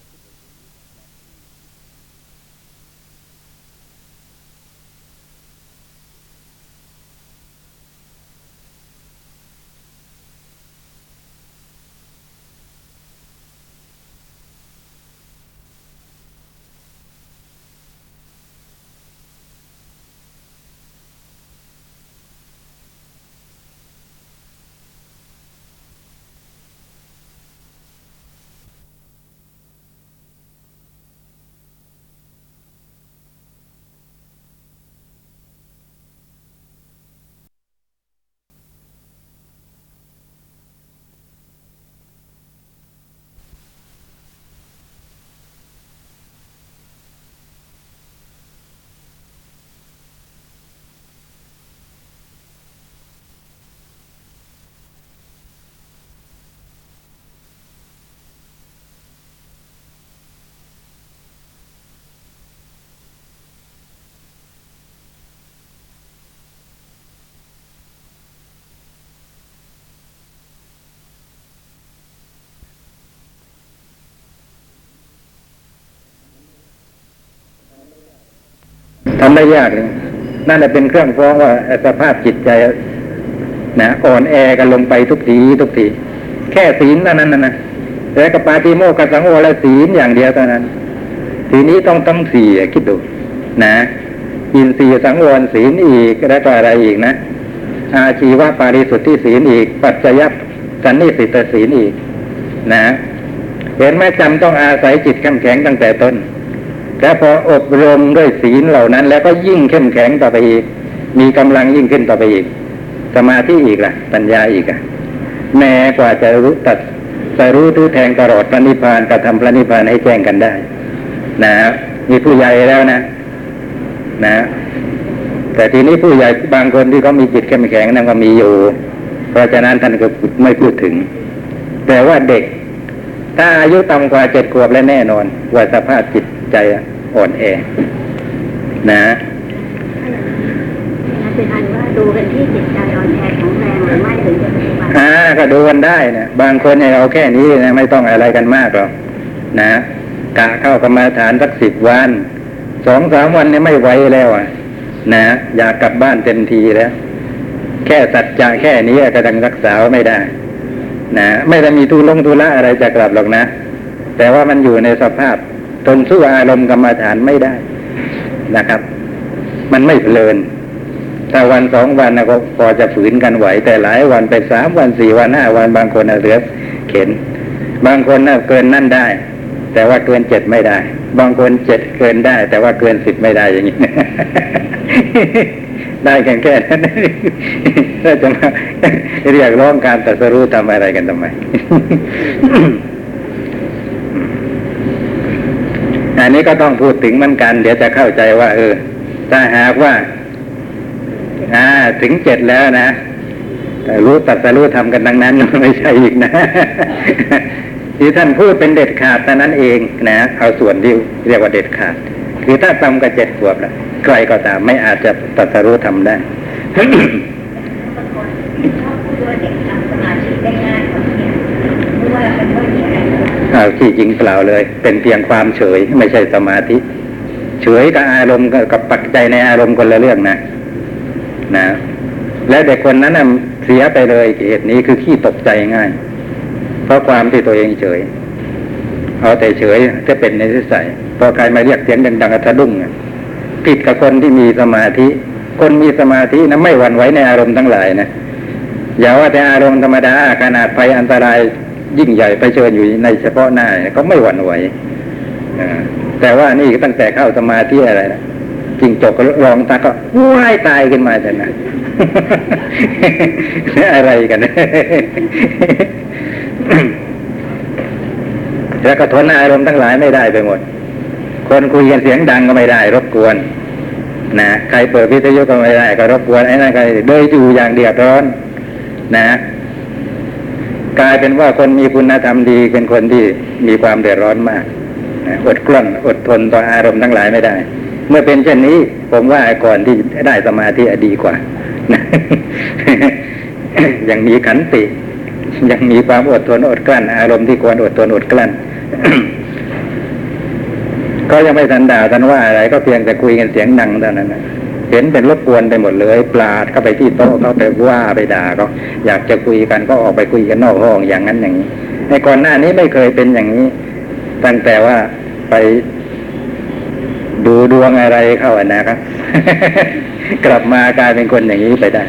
ทำได้ยากเลยนั่นแหละเป็นเครื่องฟ้องว่าสภาพจิตใจนะอ่อนแอกันลงไปทุกทีทุกทีแค่ศีลเท่านั้นนะนะแล้วก็ปาฏิโมกข์กับสังวรศีลอย่างเดียวเท่านั้นทีนี้ต้องต้องสี่คิดดูนะอินทรีย์สังวรศีลอีกแล้วก็อะไรอีกนะอาชีวะปาริสุทธิศีลอีกปัจจยสันนิสิตศีลอีกนะเห็นไหมจำต้องอาศัยจิตเข้มแข็งตั้งแต่ต้นแล้วพออบรมด้วยศีลเหล่านั้นแล้วก็ยิ่งเข้มแข็งต่อไปอีกมีกำลังยิ่งขึ้นต่อไปอีกสมาธิอีกล่ะปัญญาอีกอ่ะแม้กว่าจะรู้ตัดจะรู้ทู้แทงตลอดพระนิพพานกระทำพระนิพพานให้แจ้งกันได้นะมีผู้ใหญ่แล้วนะนะแต่ทีนี้ผู้ใหญ่บางคนที่เขามีจิตเข้มแข็งนั่นก็มีอยู่เพราะฉะนั้นท่านก็ไม่พูดถึงแต่ว่าเด็กถ้าอายุต่ำกว่าเจ็ดขวบแล้วแน่นอนว่าสภาพจิตใจอ่อนแอนะเป็นอันว่าดูกันที่จิตใจอ่อนแอของแรงหรือไม่ถึงจะปฏิบัติอ่าก็ดูกันได้นะบางคนเนี่ยเอาแค่นี้นะไม่ต้องอะไรกันมากหรอกนะกะเข้ากรรมฐานสักสิบวันสองสามวันเนี่ยไม่ไหวแล้วอ่ะนะอยากกลับบ้านเต็มทีแล้วแค่สัจจะแค่นี้ก็ยังรักษาไม่ได้นะไม่ได้มีทุลงทุละอะไรจะกลับหรอกนะแต่ว่ามันอยู่ในสภาพทนสู้อารมณ์กรรมฐานไม่ได้นะครับมันไม่เพลินถ้าวันสองวันนะก็พอจะฝืนกันไหวแต่หลายวันไปสามวันสี่วันห้าวันบางคนเหลือเข็นบางคนน่ะเกินนั่นได้แต่ว่าเกินเจ็ดไม่ได้บางคนเจ็ดเกินได้แต่ว่าเกินสิบไม่ได้อย่างนี้ ได้แค่แค่นั้นถ้าจะมาเรียกร้องการตรัสรู้ทำอะไรกันทำไม อันนี้ก็ต้องพูดถึงเหมือนกันเดี๋ยวจะเข้าใจว่าเออถ้าหากว่าอ่าถึงเจ็ดแล้วนะแต่รู้ตรัสรู้ทำกันดังนั้นไม่ใช่อีกนะ ที่ท่านพูดเป็นเด็ดขาดแต่นั้นเองนะเอาส่วนที่เรียกว่าเด็ดขาดคือถ้าต่ำกว่าเจ็ดขวบแล้วใครก็ตามไม่อาจจะตรัสรู้ทำได้ เอาที่จริงเปล่าเลยเป็นเพียงความเฉยไม่ใช่สมาธิเฉยกับอารมณ์กับปักใจในอารมณ์คนละเรื่องนะนะและเด็กคนนั้นน่ะเสียไปเลยเหตุนี้คือขี้ตกใจง่ายเพราะความที่ตัวเองเฉยเอาแต่เฉยจะเป็นในนิสัยพอใครมาเรียกเสียงดังๆกระสะดุ้งผิดกับคนที่มีสมาธิคนมีสมาธินะไม่หวั่นไหวในอารมณ์ทั้งหลายนะอย่าว่าแต่อารมณ์ธรรมดาขนาดภัยอันตรายยิ่งใหญ่ไปเชิญอยู่ในเฉพาะหน้าก็ไม่หวั่นไหวแต่ว่านี่ตั้งแต่เข้าสมาธิอะไรนะจริงจกก็ร้องตาก็ว่ายตายขึ้นมาจังนะอะไรกัน แล้วก็ทนอารมณ์ทั้งหลายไม่ได้ไปหมดคนคุยกันเสียงดังก็ไม่ได้รบกวนนะใครเปิดวิทยุก็ไม่ได้ก็รบกวนไอ้นั่นใครเดินอยู่อย่างเดือดร้อนนะกลายเป็นว่าคนมีคุณธรรมดีเป็นคนที่มีความเดือดร้อนมากนะอดกลั้นอดทนต่ออารมณ์ทั้งหลายไม่ได้เมื่อเป็นเช่นนี้ผมว่าก่อนที่ได้สมาธิดีกว่านะ ยังมีขันติยังมีความอดทนอดกลั้นอารมณ์ที่ควรอดทนอดกลั้น ก็ยังไม่ทันด่าทันว่าอะไรก็เพียงแต่คุยกันเสียงดังเท่านั้นนะเห็นเป็นรบกวนไปหมดเลยปลาดเข้าไปที่โต๊ะเขาไปว่าไปด่าเขาอยากจะคุยกันก็ออกไปคุยกันนอกห้องอย่างนั้นอย่างนี้ในก่อนหน้านี้ไม่เคยเป็นอย่างนี้ตั้งแต่ว่าไปดูดวงอะไรเข้าอ่ะนะครับ กลับมากลายเป็นคนอย่างนี้ไปได้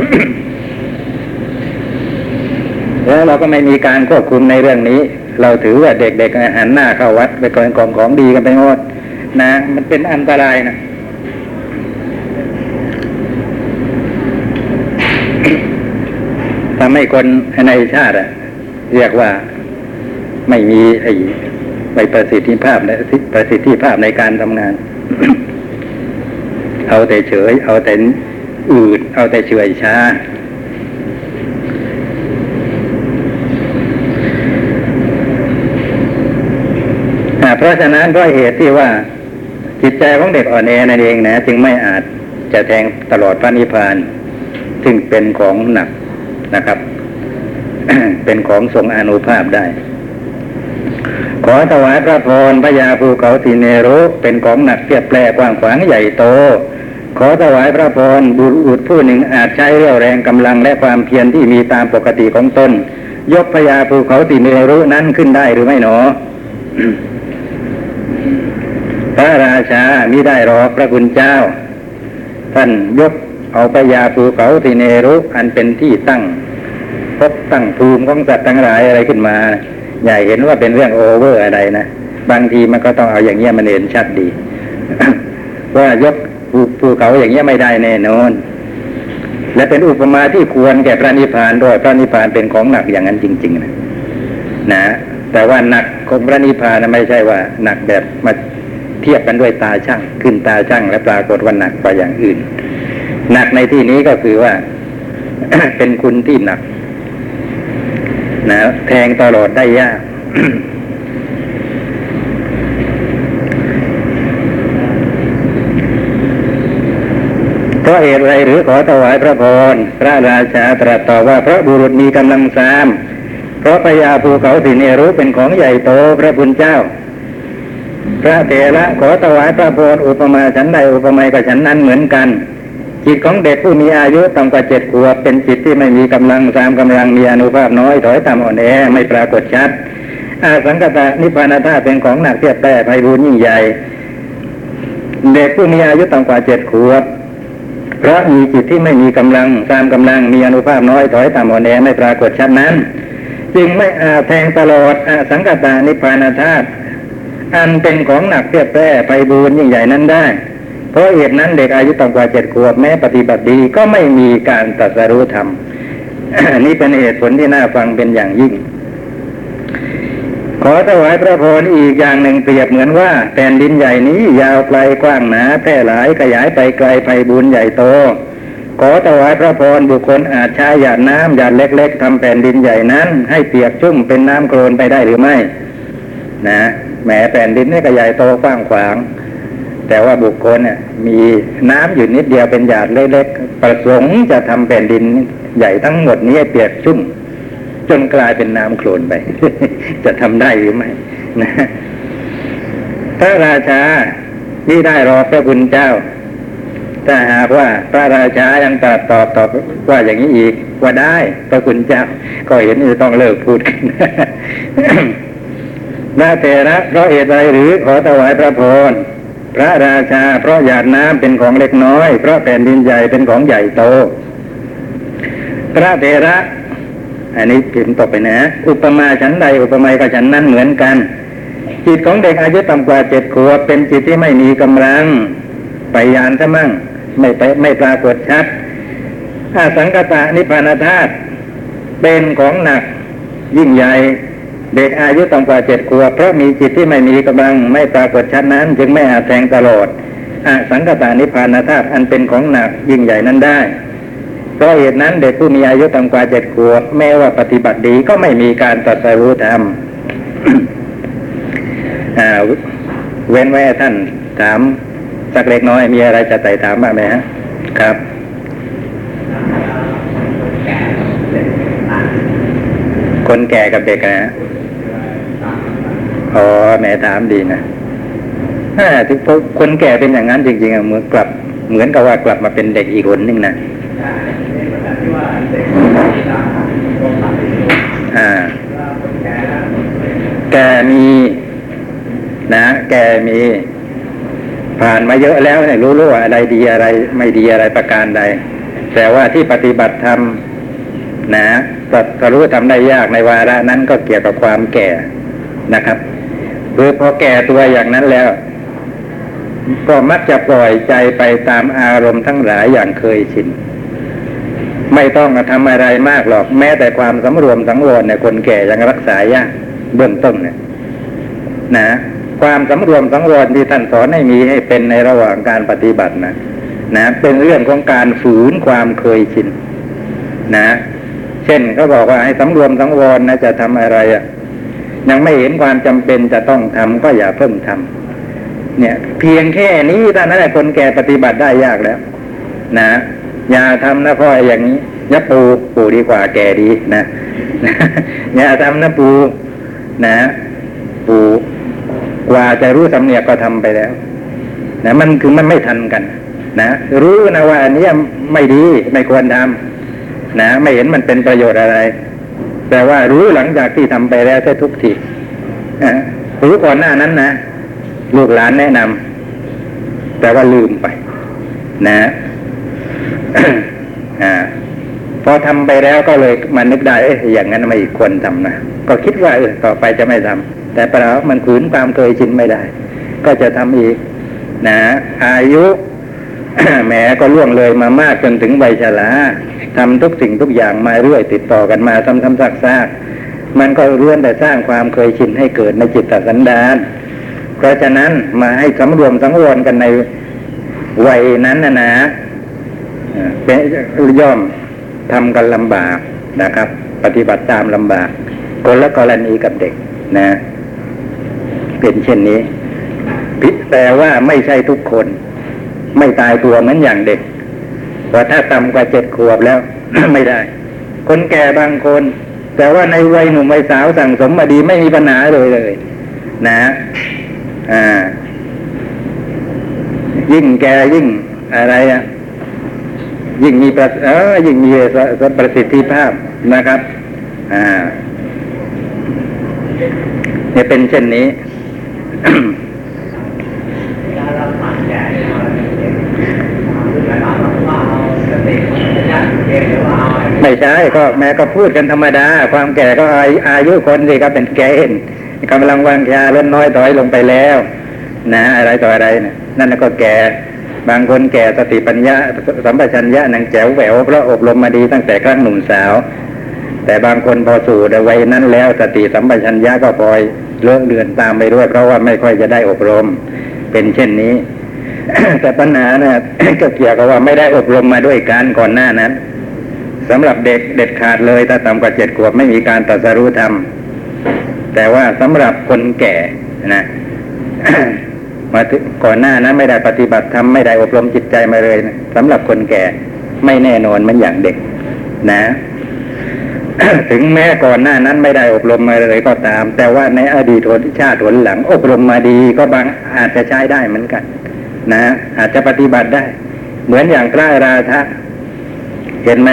แล้วเราก็ไม่มีการควบคุมในเรื่องนี้เราถือว่าเด็กๆหันหน้าเข้าวัดไปกองของของดีกันไปหมดนะมันเป็นอันตรายนะ ทำให้คนในชาติอะเรียกว่าไม่มีไอ้ไม่ประสิทธิภาพและประสิทธิภาพในการทำงาน เอาแต่เฉยเอาแต่อืดเอาแต่เฉยช้าเพราะฉะนั้นเพราะเหตุที่ว่าจิตใจของเด็กอ่อนแอนั่นเองนะจึงไม่อาจจะแทงตลอดพระนิพพานซึ่งเป็นของหนักนะครับ เป็นของทรงอานุภาพได้ขอถวายพระพรพญาภูเขาสีเนรุเป็นของหนักเทียบแปรกว้างขวางใหญ่โตขอถวายพระพรบุรุษผู้หนึ่งอาจใช้เรี่ยวแรงกำลังและความเพียรที่มีตามปกติของตนยกพญาภูเขาสีเนรุนั้นขึ้นได้หรือไม่หนอ พระราชามิได้หรอกพระคุณเจ้าท่านยกเอาพญาภูเขาสีเนรุอันเป็นที่ตั้งพบตั้งภูมิของสัตว์ทั้งหลายอะไรขึ้นมาอย่าเห็นว่าเป็นเรื่องโอเวอร์อะไรนะบางทีมันก็ต้องเอาอย่างเงี้ยมันเห็นชัดดี ว่ายกภูเขาอย่างเงี้ยไม่ได้แน่นอนและเป็นอุปมาที่ควรแก่พระนิพพานด้วยพระนิพพานเป็นของหนักอย่างนั้นจริงๆนะนะแต่ว่าหนักของพระนิพพานไม่ใช่ว่าหนักแบบมาเทียบกันด้วยตาช่างขึ้นตาช่างและปรากฏว่าหนักกว่าอย่างอื่นหนักในที่นี้ก็คือว่า เป็นคุณที่หนักนะแทงตลอดได้ยาก เพราะเหตุไรหรือขอถวายพระพรพระราชาตรัสตอบว่าพระบุรุษมีกำลังสามเพราะพญาภูเขาสีเนรุเป็นของใหญ่โตพระคุณเจ้าพระเถระขอถวายพระพรอุปมาฉันใดอุปไมยกับฉันนั้นเหมือนกันจิตของเด็กผู้มีอายุต่ำกว่าเจ็ดขวบเป็นจิตที่ไม่มีกำลังสามกำลังมีอานุภาพน้อยถอยต่ำอ่อนแอไม่ปรากฏชัดอาสังกตนิพพานธาตุเป็นของหนักเทียบแปรไพบูลย์ยิ่งใหญ่เด็กผู้มีอายุต่ำกว่าเจ็ดขวบเพราะมีจิตที่ไม่มีกำลังสามกำลังมีอานุภาพน้อยถอยต่ำอ่อนแอไม่ปรากฏชัดนั้นจึงไม่อาจแทงตลอดอาสังกตนิพพานธาตุอันเป็นของหนักเทียบแปรไพบูลย์ยิ่งใหญ่นั้นได้เพราะเหตุนั้นเด็กอายุต่ำกว่าเจ็ดขวบแม้ปฏิบัติดีก็ไม่มีการตรัสรู้ธรรม นี่เป็นเหตุผลที่น่าฟังเป็นอย่างยิ่งขอถวายพระพรอีกอย่างหนึ่งเปรียบเหมือนว่าแผ่นดินใหญ่นี้ยาวไกลกว้างหนาแพร่หลายขยายไปไกลไพบูลย์ใหญ่โตขอถวายพระพรบุคคลอาจใช้หยาดน้ำหยาดเล็กๆทำแผ่นดินใหญ่นั้นให้เปียกชุ่มเป็นน้ำโคลนไปได้หรือไม่นะแหมแผ่นดินนี่ก็ใหญ่โตกว้างขวางแต่ว่าบุคคลเนี่ยมีน้ำอยู่นิดเดียวเป็นหยาดเล็กๆประสงค์จะทำแผ่นดินใหญ่ทั้งหมดนี้ให้เปียกชุ่มจนกลายเป็นน้ำโคลนไป จะทำได้หรือไม่นะพระราชาที่ได้รอพระคุณเจ้าถ้าหากว่าพระราชายังตรัสตอบตอบว่าอย่างนี้อีกว่าได้พระคุณเจ้าก็เห็นจะต้องเลิกพูดกัน พระเถระเพราะเหตุใดหรือขอถวายพระพรพระราชาเพราะหยาดน้ำเป็นของเล็กน้อยเพราะแผ่นดินใหญ่เป็นของใหญ่โตพระเถระอันนี้พิมพ์ต่อไปนะอุปมาฉันใดอุปไมยกับฉันนั้นเหมือนกันจิตของเด็กอายุต่ำกว่าเจ็ดขวบเป็นจิตที่ไม่มีกำลังไปยานซะมั่งไม่ไปไม่ปรากฏชัดอสังกตะนิพพานธาตุเป็นของหนักยิ่งใหญ่เด็กอายุต่ำกว่าเจ็ดขวบเพราะมีจิตที่ไม่มีกำลังไม่ปรากฏชัดนั้นจึงไม่อาจแทงตลอดอสังกตะนิพพานธาตุอันเป็นของหนักยิ่งใหญ่นั้นได้เพราะเหตุนั้นเด็กผู้มีอายุต่ำกว่าเจ็ดขวบแม้ว่าปฏิบัติดีก็ไม่มีการตรัสรู้ธรรม เว้นไว้ท่านถามสักเล็กน้อยมีอะไรจะไต่ถามบ้างไหมฮะครับคนแก่กับเด็กนะอ๋อแม่ถามดีนะถ้าที่พวกคนแก่เป็นอย่างนั้นจริงๆเหมือนกลับเหมือนกับว่ากลับมาเป็นเด็กอีกคนนึงนะอ่าแกมีนะแกมีผ่านมาเยอะแล้วเนี่ยรู้ๆว่าอะไรดีอะไรไม่ดีอะไรประการใดแต่ว่าที่ปฏิบัติธรรมนะก็รู้ทำได้ยากในวาระนั้นก็เกี่ยวกับความแก่นะครับคือพอแก่ตัวอย่างนั้นแล้วก็มักจะปล่อยใจไปตามอารมณ์ทั้งหลายอย่างเคยชินไม่ต้องทำอะไรมากหรอกแม้แต่ความสำรวมสังวรเนี่ยคนแก่ยังรักษายากเบื้องต้นเนี่ยนะความสำรวมสังวรที่ท่านสอนให้มีให้เป็นในระหว่างการปฏิบัตินะนะเป็นเรื่องของการฝืนความเคยชินนะเช่นเขาบอกว่าให้สำรวมสังวรนะจะทำอะไรอ่ะยังไม่เห็นความจำเป็นจะต้องทำก็อย่าเพิ่งทำเนี่ยเพียงแค่นี้เท่านั้นแหละคนแก่ปฏิบัติได้ยากแล้วนะอย่าทำนะพ่ออย่างนี้อย่าปูปูดีกว่าแก่ดีนะ อย่าทำนะปูนะปูกว่าจะรู้สำเนียกก็ทำไปแล้วนะมันคือมันไม่ทันกันนะรู้นะว่าอันนี้ไม่ดีไม่ควรทำนะไม่เห็นมันเป็นประโยชน์อะไรแต่ว่ารู้หลังจากที่ทำไปแล้วแค่ทุกทีนะรู้ก่อนหน้านั้นนะลูกหลานแนะนำแต่ว่าลืมไปนะ อ่าพอทำไปแล้วก็เลยมานึกได้เอ๊ะอย่างนั้นไม่ควรทำนะก็คิดว่าเออต่อไปจะไม่ทำแต่เปล่ามันขืนความเคยชินไม่ได้ก็จะทำอีกนะอายุ แหมก็ล่วงเลยมามากจนถึงวัยชราทำทุกสิ่งทุกอย่างมาเรื่อยติดต่อกันมาซ้ำๆซากๆมันก็ล้วนแต่สร้างความเคยชินให้เกิดในจิตสันดานเพราะฉะนั้นมาให้สำรวมสังวรกันในวัยนั้นนะนะเป็นย่อมทำกันลำบากนะครับปฏิบัติตามลำบากคนละกรณีกับเด็กนะเป็นเช่นนี้พิแต่ว่าไม่ใช่ทุกคนไม่ตายตัวเหมือนอย่างเด็กเพราะถ้าต่ำกว่าเจ็ดขวบแล้ว ไม่ได้คนแก่บางคนแต่ว่าในวัยหนุ่มวัยสาวสั่งสมมาดีไม่มีปัญหาเลยเลยนะอ่ายิ่งแก่ยิ่งอะไรอ่ะยิ่งมีประเออยิ่งมีประสิทธิภาพนะครับอ่าเนี่ยเป็นเช่นนี้ ไม่ใช่ก็แม้ก็พูดกันธรรมดาความแก่ก็อายุคนสิครับเป็นแก่เห็นกำลังวางยาลดน้อยถอยลงไปแล้วนะอะไรต่ออะไรนะนั่นก็แก่บางคนแก่สติปัญญาสัมปชัญญะนังแจ๋วแหววเพราะอบรมมาดีตั้งแต่ครั้งหนุ่มสาวแต่บางคนพอสู่ในวัยนั้นแล้วสติสัมปชัญญะก็พลอยเลื่อนเลือนตามไปด้วยเพราะว่าไม่ค่อยจะได้อบรมเป็นเช่นนี้ แต่ปัญหาเนี่ย ก็เกี่ยวกับว่าไม่ได้อบรมมาด้วยกันก่อนหน้านั้นสำหรับเด็กเด็ดขาดเลยถ้าต่ำกว่าเจ็ดขวบไม่มีการตรัสรู้ธรรมแต่ว่าสำหรับคนแก่นะ มาถึงก่อนหน้านั้นไม่ได้ปฏิบัติธรรมไม่ได้อบรมจิตใจมาเลยนะสำหรับคนแก่ไม่แน่นอนเหมือนอย่างเด็กนะ ถึงแม้ก่อนหน้านั้นไม่ได้อบรมมาเลยก็ตามแต่ว่าในอดีตชาติหนหลังอบรมมาดีก็บางอาจจะใช้ได้เหมือนกันนะอาจจะปฏิบัติได้เหมือนอย่างพระราธะเห็นไหม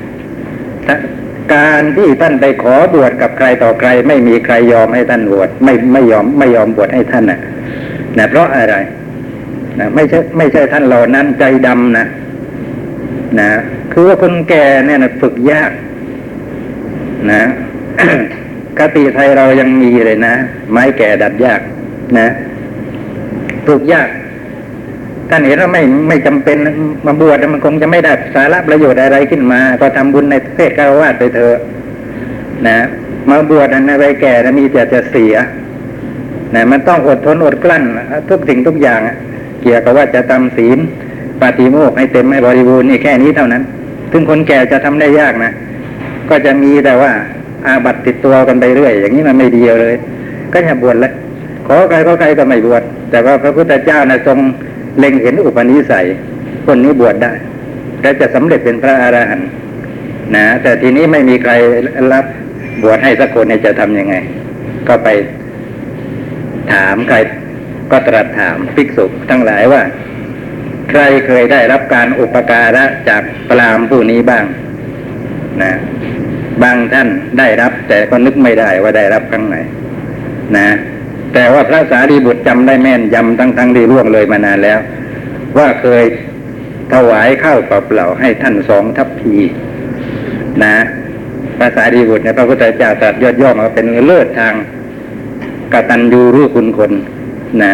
การที่ท่านไปขอบวชกับใครต่อใครไม่มีใครยอมให้ท่านบวชไม่ไม่ยอมไม่ยอมบวชให้ท่านน่ะนะเพราะอะไรนะไม่ใช่ไม่ใช่ท่านเหล่านั้นใจดำนะนะคือว่าคนแก่เนี่ยนะฝึกยากนะ กติไทยเรายังมีเลยนะไม้แก่ดัดยากนะฝึกยากท่านเห็นว่าไม่ไม่จำเป็นมาบวชมันคงจะไม่ได้สาระประโยชน์อะไรขึ้นมาก็ทำบุญในเพศฆราวาสไปเถอะนะมาบวชในวัยแก่มีแต่จะเสียนะมันต้องอดทนอดกลั้นทุกสิ่งทุกอย่างเกี่ยวกับว่าจะทำศีลปาฏิโมกข์ให้เต็มให้บริบูรณ์นี่แค่นี้เท่านั้นซึ่งคนแก่จะทำได้ยากนะก็จะมีแต่ว่าอาบัติติดตัวกันไปเรื่อยอย่างนี้มันไม่ดีเลยก็อย่าบวชเลยขอใครขอใครก็ไม่บวชแต่ว่าพระพุทธเจ้านะทรงเล็งเห็นอุปนิสัยคนนี้บวชได้และจะสำเร็จเป็นพระอรหันต์นะแต่ทีนี้ไม่มีใครรับบวชให้สักคนเนี่ยจะทำยังไงก็ไปถามใครก็ตรัสถามภิกษุทั้งหลายว่าใครเคยได้รับการอุปการะจากพราหมณ์ผู้นี้บ้างนะบางท่านได้รับแต่ก็นึกไม่ได้ว่าได้รับครั้งไหนนะแต่ว่าพระสารีบุตรจำได้แม่นยำทั้งทั้งที่ล่วงเลยมานานแล้วว่าเคยถวายข้าวเปล่าๆให้ท่านสองทัพพีนะพระสารีบุตรเนี่ยพระพุทธเจ้าตรัสยอดย่อมาเป็นเลิศทางกตัญญูรู้คุณคนนะ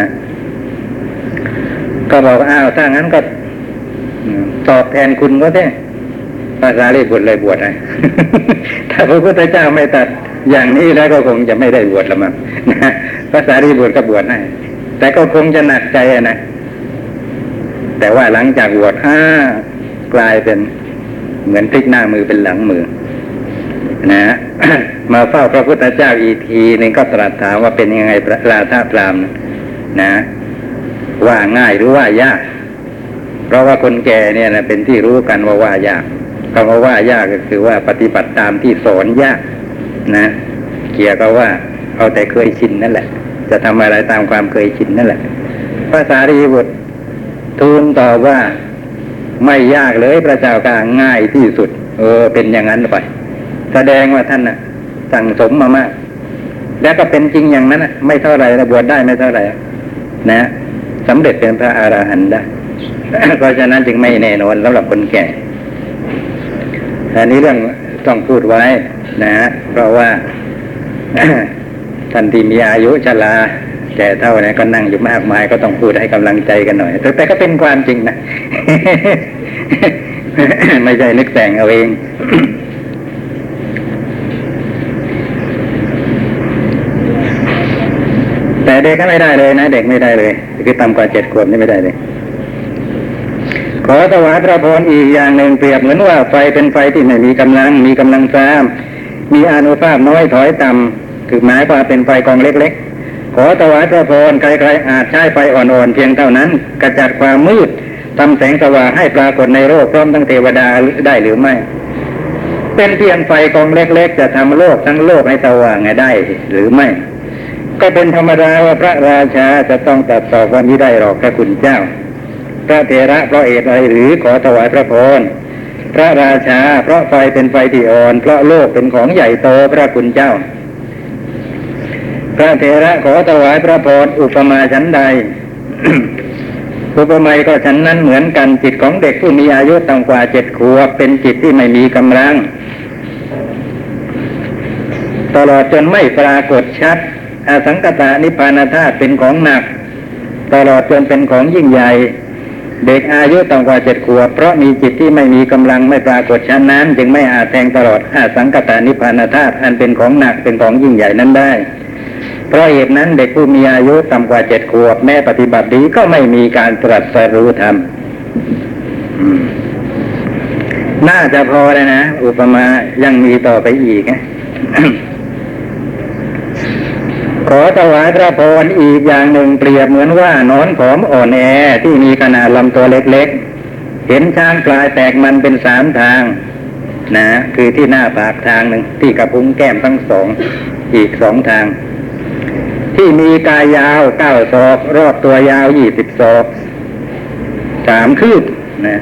ก็บอกอ้าวถ้างั้นก็ตอบแทนคุณก็ได้พระสารีบุตรเลยบวชให้ ถ้าพระพุทธเจ้าไม่ตัดอย่างนี้แล้วก็คงจะไม่ได้บวชละมั้งนะพระสารีบุตรก็บวชให้แต่ก็คงจะหนักใจนะแต่ว่าหลังจากบวชอ้ากลายเป็นเหมือนพลิกหน้ามือเป็นหลังมือนะ มาเฝ้าพระพุทธเจ้าอีกทีนึงก็ตรัสถามว่าเป็นยังไงพระราธาพราหมณ์นะว่าง่ายหรือว่ายากเพราะว่าคนแก่เนี่ยนะเป็นที่รู้กันว่าว่ายากคำว่าว่ายากก็คือว่าปฏิบัติตามที่สอนยากนะเกี่ยวกับว่าเอาแต่เคยชินนั่นแหละจะทำอะไรตามความเคยชินนั่นแหละพระสารีบุตรทูลตอบว่าไม่ยากเลยพระเจ้าก็ง่ายที่สุดเออเป็นอย่างนั้นไปแสดงว่าท่านน่ะสั่งสมมามากแล้วก็เป็นจริงอย่างนั้นน่ะไม่เท่าไรบวชได้ไม่เท่าไรนะสำเร็จเป็นพระอรหันต์ได้ เพราะฉะนั้นจึงไม่แน่นอนสำหรับคนแก่อันนี้เรื่องต้องพูดไว้นะเพราะว่า ท่านที่มีอายุชราแก่เท่านี้ก็นั่งอยู่มากมายก็ต้องพูดให้กำลังใจกันหน่อยแต่แต่ก็เป็นความจริงนะ ไม่ใช่นึกแต่งเอาเอง แต่เด็กก็ไม่ได้เลยนะเด็กไม่ได้เลยคือต่ำกว่าเจ็ดขวบนี่ไม่ได้เลยขอถวายพระพรอีกอย่างหนึ่งเปรียบเหมือนว่าไฟเป็นไฟที่ไม่มีกำลังมีกำลังซ้ำมีอานุภาพน้อยถอยต่ำคือหมายว่าเป็นไฟกองเล็กๆขอถวายพระพรใครๆอาจใช้ไฟอ่อนๆเพียงเท่านั้นกระจัดความมืดทำแสงสว่างให้ปรากฏในโลกพร้อมทั้งเทวดาได้หรือไม่เป็นเพียงไฟกองเล็กๆจะทำโลกทั้งโลกให้สว่างได้หรือไม่ก็เป็นธรรมดาว่าพระราชาจะต้องตรัสตอบว่ามิได้หรอกพระคุณเจ้าพระเถระเพราะเหตุอะไรหรือขอถวายพระพรพระราชาเพราะไฟเป็นไฟที่อ่อนเพราะโลกเป็นของใหญ่โตพระคุณเจ้าพระเถระขอถวายพระพรอุปมาฉันใด อุปมาก็ฉันนั้นเหมือนกันจิตของเด็กผู้มีอายุต่ำกว่าเจ็ดขวบเป็นจิตที่ไม่มีกำลังตลอดจนไม่ปรากฏชัดอสังกตานิพพานธาตุเป็นของหนักตลอดจนเป็นของยิ่งใหญ่เด็กอายุต่ำกว่าเจ็ดขวบเพราะมีจิตที่ไม่มีกำลังไม่ปรากฏชัดนั้นจึงไม่อาจแทงตลอดอสังกตานิพพานธาตุอันเป็นของหนักเป็นของยิ่งใหญ่นั้นได้เพราะเหตุนั้นเด็กผู้มีอายุต่ำกว่าเจ็ดขวบแม้ปฏิบัติดีก็ไม่มีการตรัสรู้ธรรมน่าจะพอแล้วนะอุปมายังมีต่อไปอีกนะ ขอถวายพระพรอีกอย่างหนึ่งเปรียบเหมือนว่านอนผอมอ่อนแอที่มีขนาดลำตัวเล็กๆเห็นช้างปลายแตกมันเป็นสามทางนะคือที่หน้าปากทางหนึ่งที่กระพุ้งแก้มทั้งสองอีกสองทางที่มีกายยาวเก้าศอกรอบตัวยาวยี่สิบศอกสามคืบนะ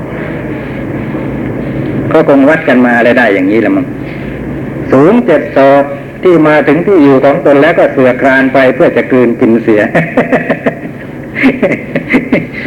ก็คงวัดกันมาได้อย่างนี้ละมั้งสูงเจ็ดศอกที่มาถึงที่อยู่ของตนแล้วก็เสือกคลานไปเพื่อจะกลืนกินเสีย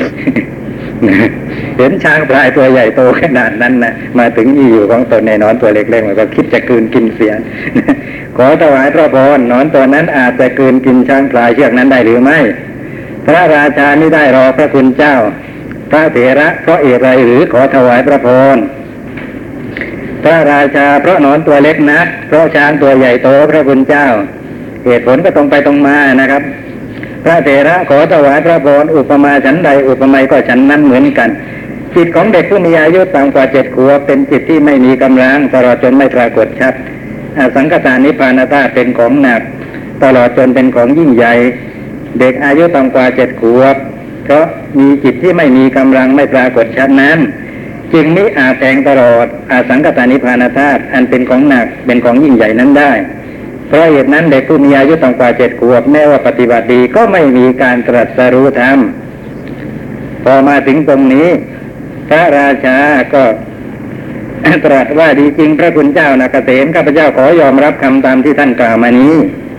เห็นช้างพลายตัวใหญ่โตขนาดนั้นนะมาถึงที่อยู่ของตนในนอนตัวเล็กๆมันก็คิดจะกลืนกินเสีย ขอถวายพระพรนอนตัวนั้นอาจจะกลืนกินช้างพลายเชือกนั้นได้หรือไม่พระราชาไม่ได้รอพระคุณเจ้าพระเถระเพราะเหตุไรหรือขอถวายพระพรพระราชาเพราะนอนตัวเล็กนักเพราะช้างตัวใหญ่โตพระคุณเจ้าเหตุผลก็ตรงไปตรงมานะครับพระเถระขอถวายพระพรอุปมาฉันใดอุปไมยก็ฉันนั้นเหมือนกันจิตของเด็กผู้มีอายุต่ำกว่าเจ็ดขวบเป็นจิตที่ไม่มีกำลังตลอดจนไม่ปรากฏชัดอสังคตานิพพานธาตุเป็นของหนักตลอดจนเป็นของยิ่งใหญ่เด็กอายุต่ำกว่าเจ็ดขวบเพราะมีจิตที่ไม่มีกำลังไม่ปรากฏชัดนั้นจึงมิอาจแทงตลอดอสังคตานิพพานธาตุอันเป็นของหนักเป็นของยิ่งใหญ่นั้นได้เพราะเหตุนั้นเด็กผู้มีอายุต่ำกว่าเจ็ดขวบแม้ว่าปฏิบัติดีก็ไม่มีการตรัสรู้ธรรมพอมาถึงตรงนี้พระราชาก็ ตรัสว่าดีจริงพระคุณเจ้านะเกษมข้าพเจ้าขอยอมรับคำตามที่ท่านกล่าวมานี้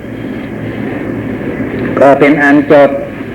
ก็เป็นอันจบ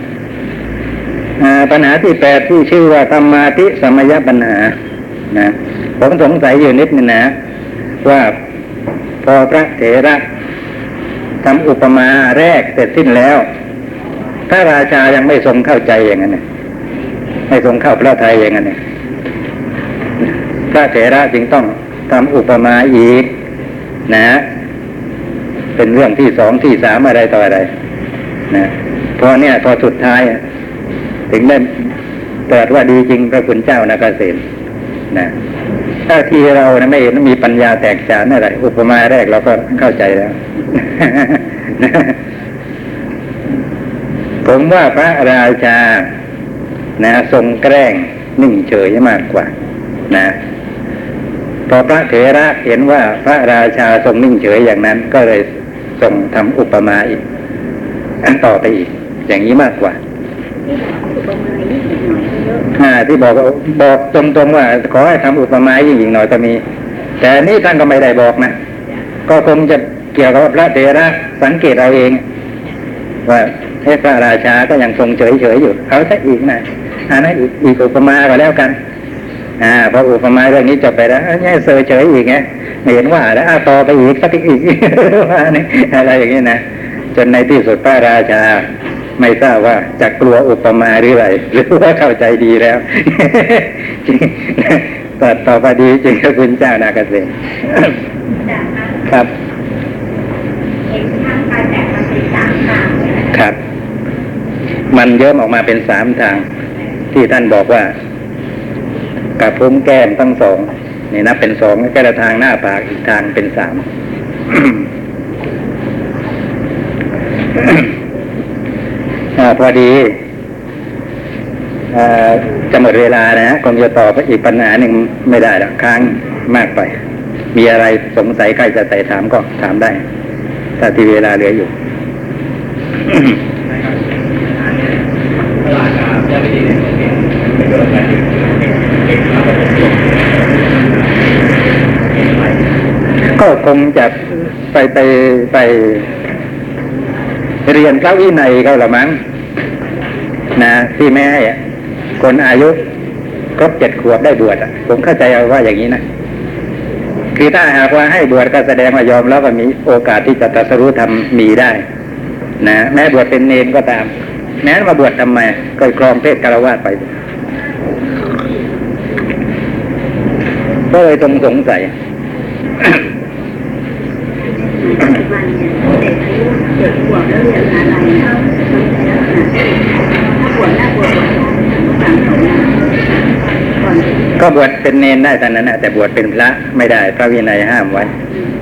ปัญหาที่แปดที่ชื่อว่าธรรมาธิสมยปัญหานะผมสงสัยอยู่นิดนึงนะว่าพอพระเถระทำอุปมาแรกเสร็จสิ้นแล้วพระราชายังไม่ทรงเข้าใจอย่างนั้นไม่ทรงเข้าพระทัยอย่างนั้นพระเถระจึงต้องทำอุปมาอีกนะเป็นเรื่องที่สองที่สามอะไรต่ออะไรนะพอเนี่ยพอสุดท้ายถึงได้ตรัสว่าดีจริงพระคุณเจ้านะเกษมนะถ้าที่เรานะไม่เห็นมีปัญญาแตกฉานอะไรอุปมาแรกเราก็เข้าใจแล้ว ผมว่าพระราชานะทรงแกล้งนิ่งเฉยมากกว่านะพอพระเถระเห็นว่าพระราชาทรงนิ่งเฉยอย่างนั้นก็เลยทรงทำอุปมาอีกอันต่อไปอีกอย่างนี้มากกว่าอ่าที่บอกบอกตรงๆว่าขอให้ทำอุปมายิ่งๆหน่อยก็มีแต่นี่ท่านก็ไม่ได้บอกนะก็คงจะเกี่ยวกับพระเถระสังเกตเอาเองว่าให้พระราชาก็ยังทรงเฉยๆอยู่เอาซะอีกนะอันนั้นอีกอีกอุปมาก็แล้วกันอ่าพออุปมาเรื่องนี้จบไปแล้วเนี่ยเซอเฉยอีกไงเห็นว่าแล้วต่อไปอีกสักอีกว่านี่อะไรอย่างนี้นะจนในที่สุดพระราชาไม่ทราบว่าจะกลัวอุปมาหรืออะไรหรือว่าเข้าใจดีแล้วจริงตัดต่อไปดีจริงพระคุณเจ้านาเกษตรครับเห็นทางการแตกมันเป็นสามทางครับมันเยอะออกมาเป็นสามทางที่ท่านบอกว่ากับพุ้มแก้มทั้งสองนี่นับเป็นสองแค่ละทางหน้าปากอีกทางเป็นสาม พอดีจะหมดเวลานะคงจะตอบอีกปัญหาหนึ่งไม่ได้หรอกค้างมากไปมีอะไรสงสัยใครจะใส่ถามก็ถามได้ถ้าที่เวลาเหลืออยู่ ก็คงจะไปไปไปเรียนพระวินัยเขาละมั้งนะที่แม่ให้คนอายุครบเจ็ดขวบได้บวชผมเข้าใจเอาว่าอย่างนี้นะคือถ้าหากว่าให้บวชก็แสดงว่ายอมแล้วก็มีโอกาสที่จะตรัสรู้ธรรมมีได้นะแม้บวชเป็นเนรก็ตามแม้มาบวชทำไมก็ครองเพศฆราวาสไปก็เลยต้องสงสัยก็บวชเป็นเนรได้ตอนนั้นนะแต่บวชเป็นพระไม่ได้พระวินัยห้ามไว้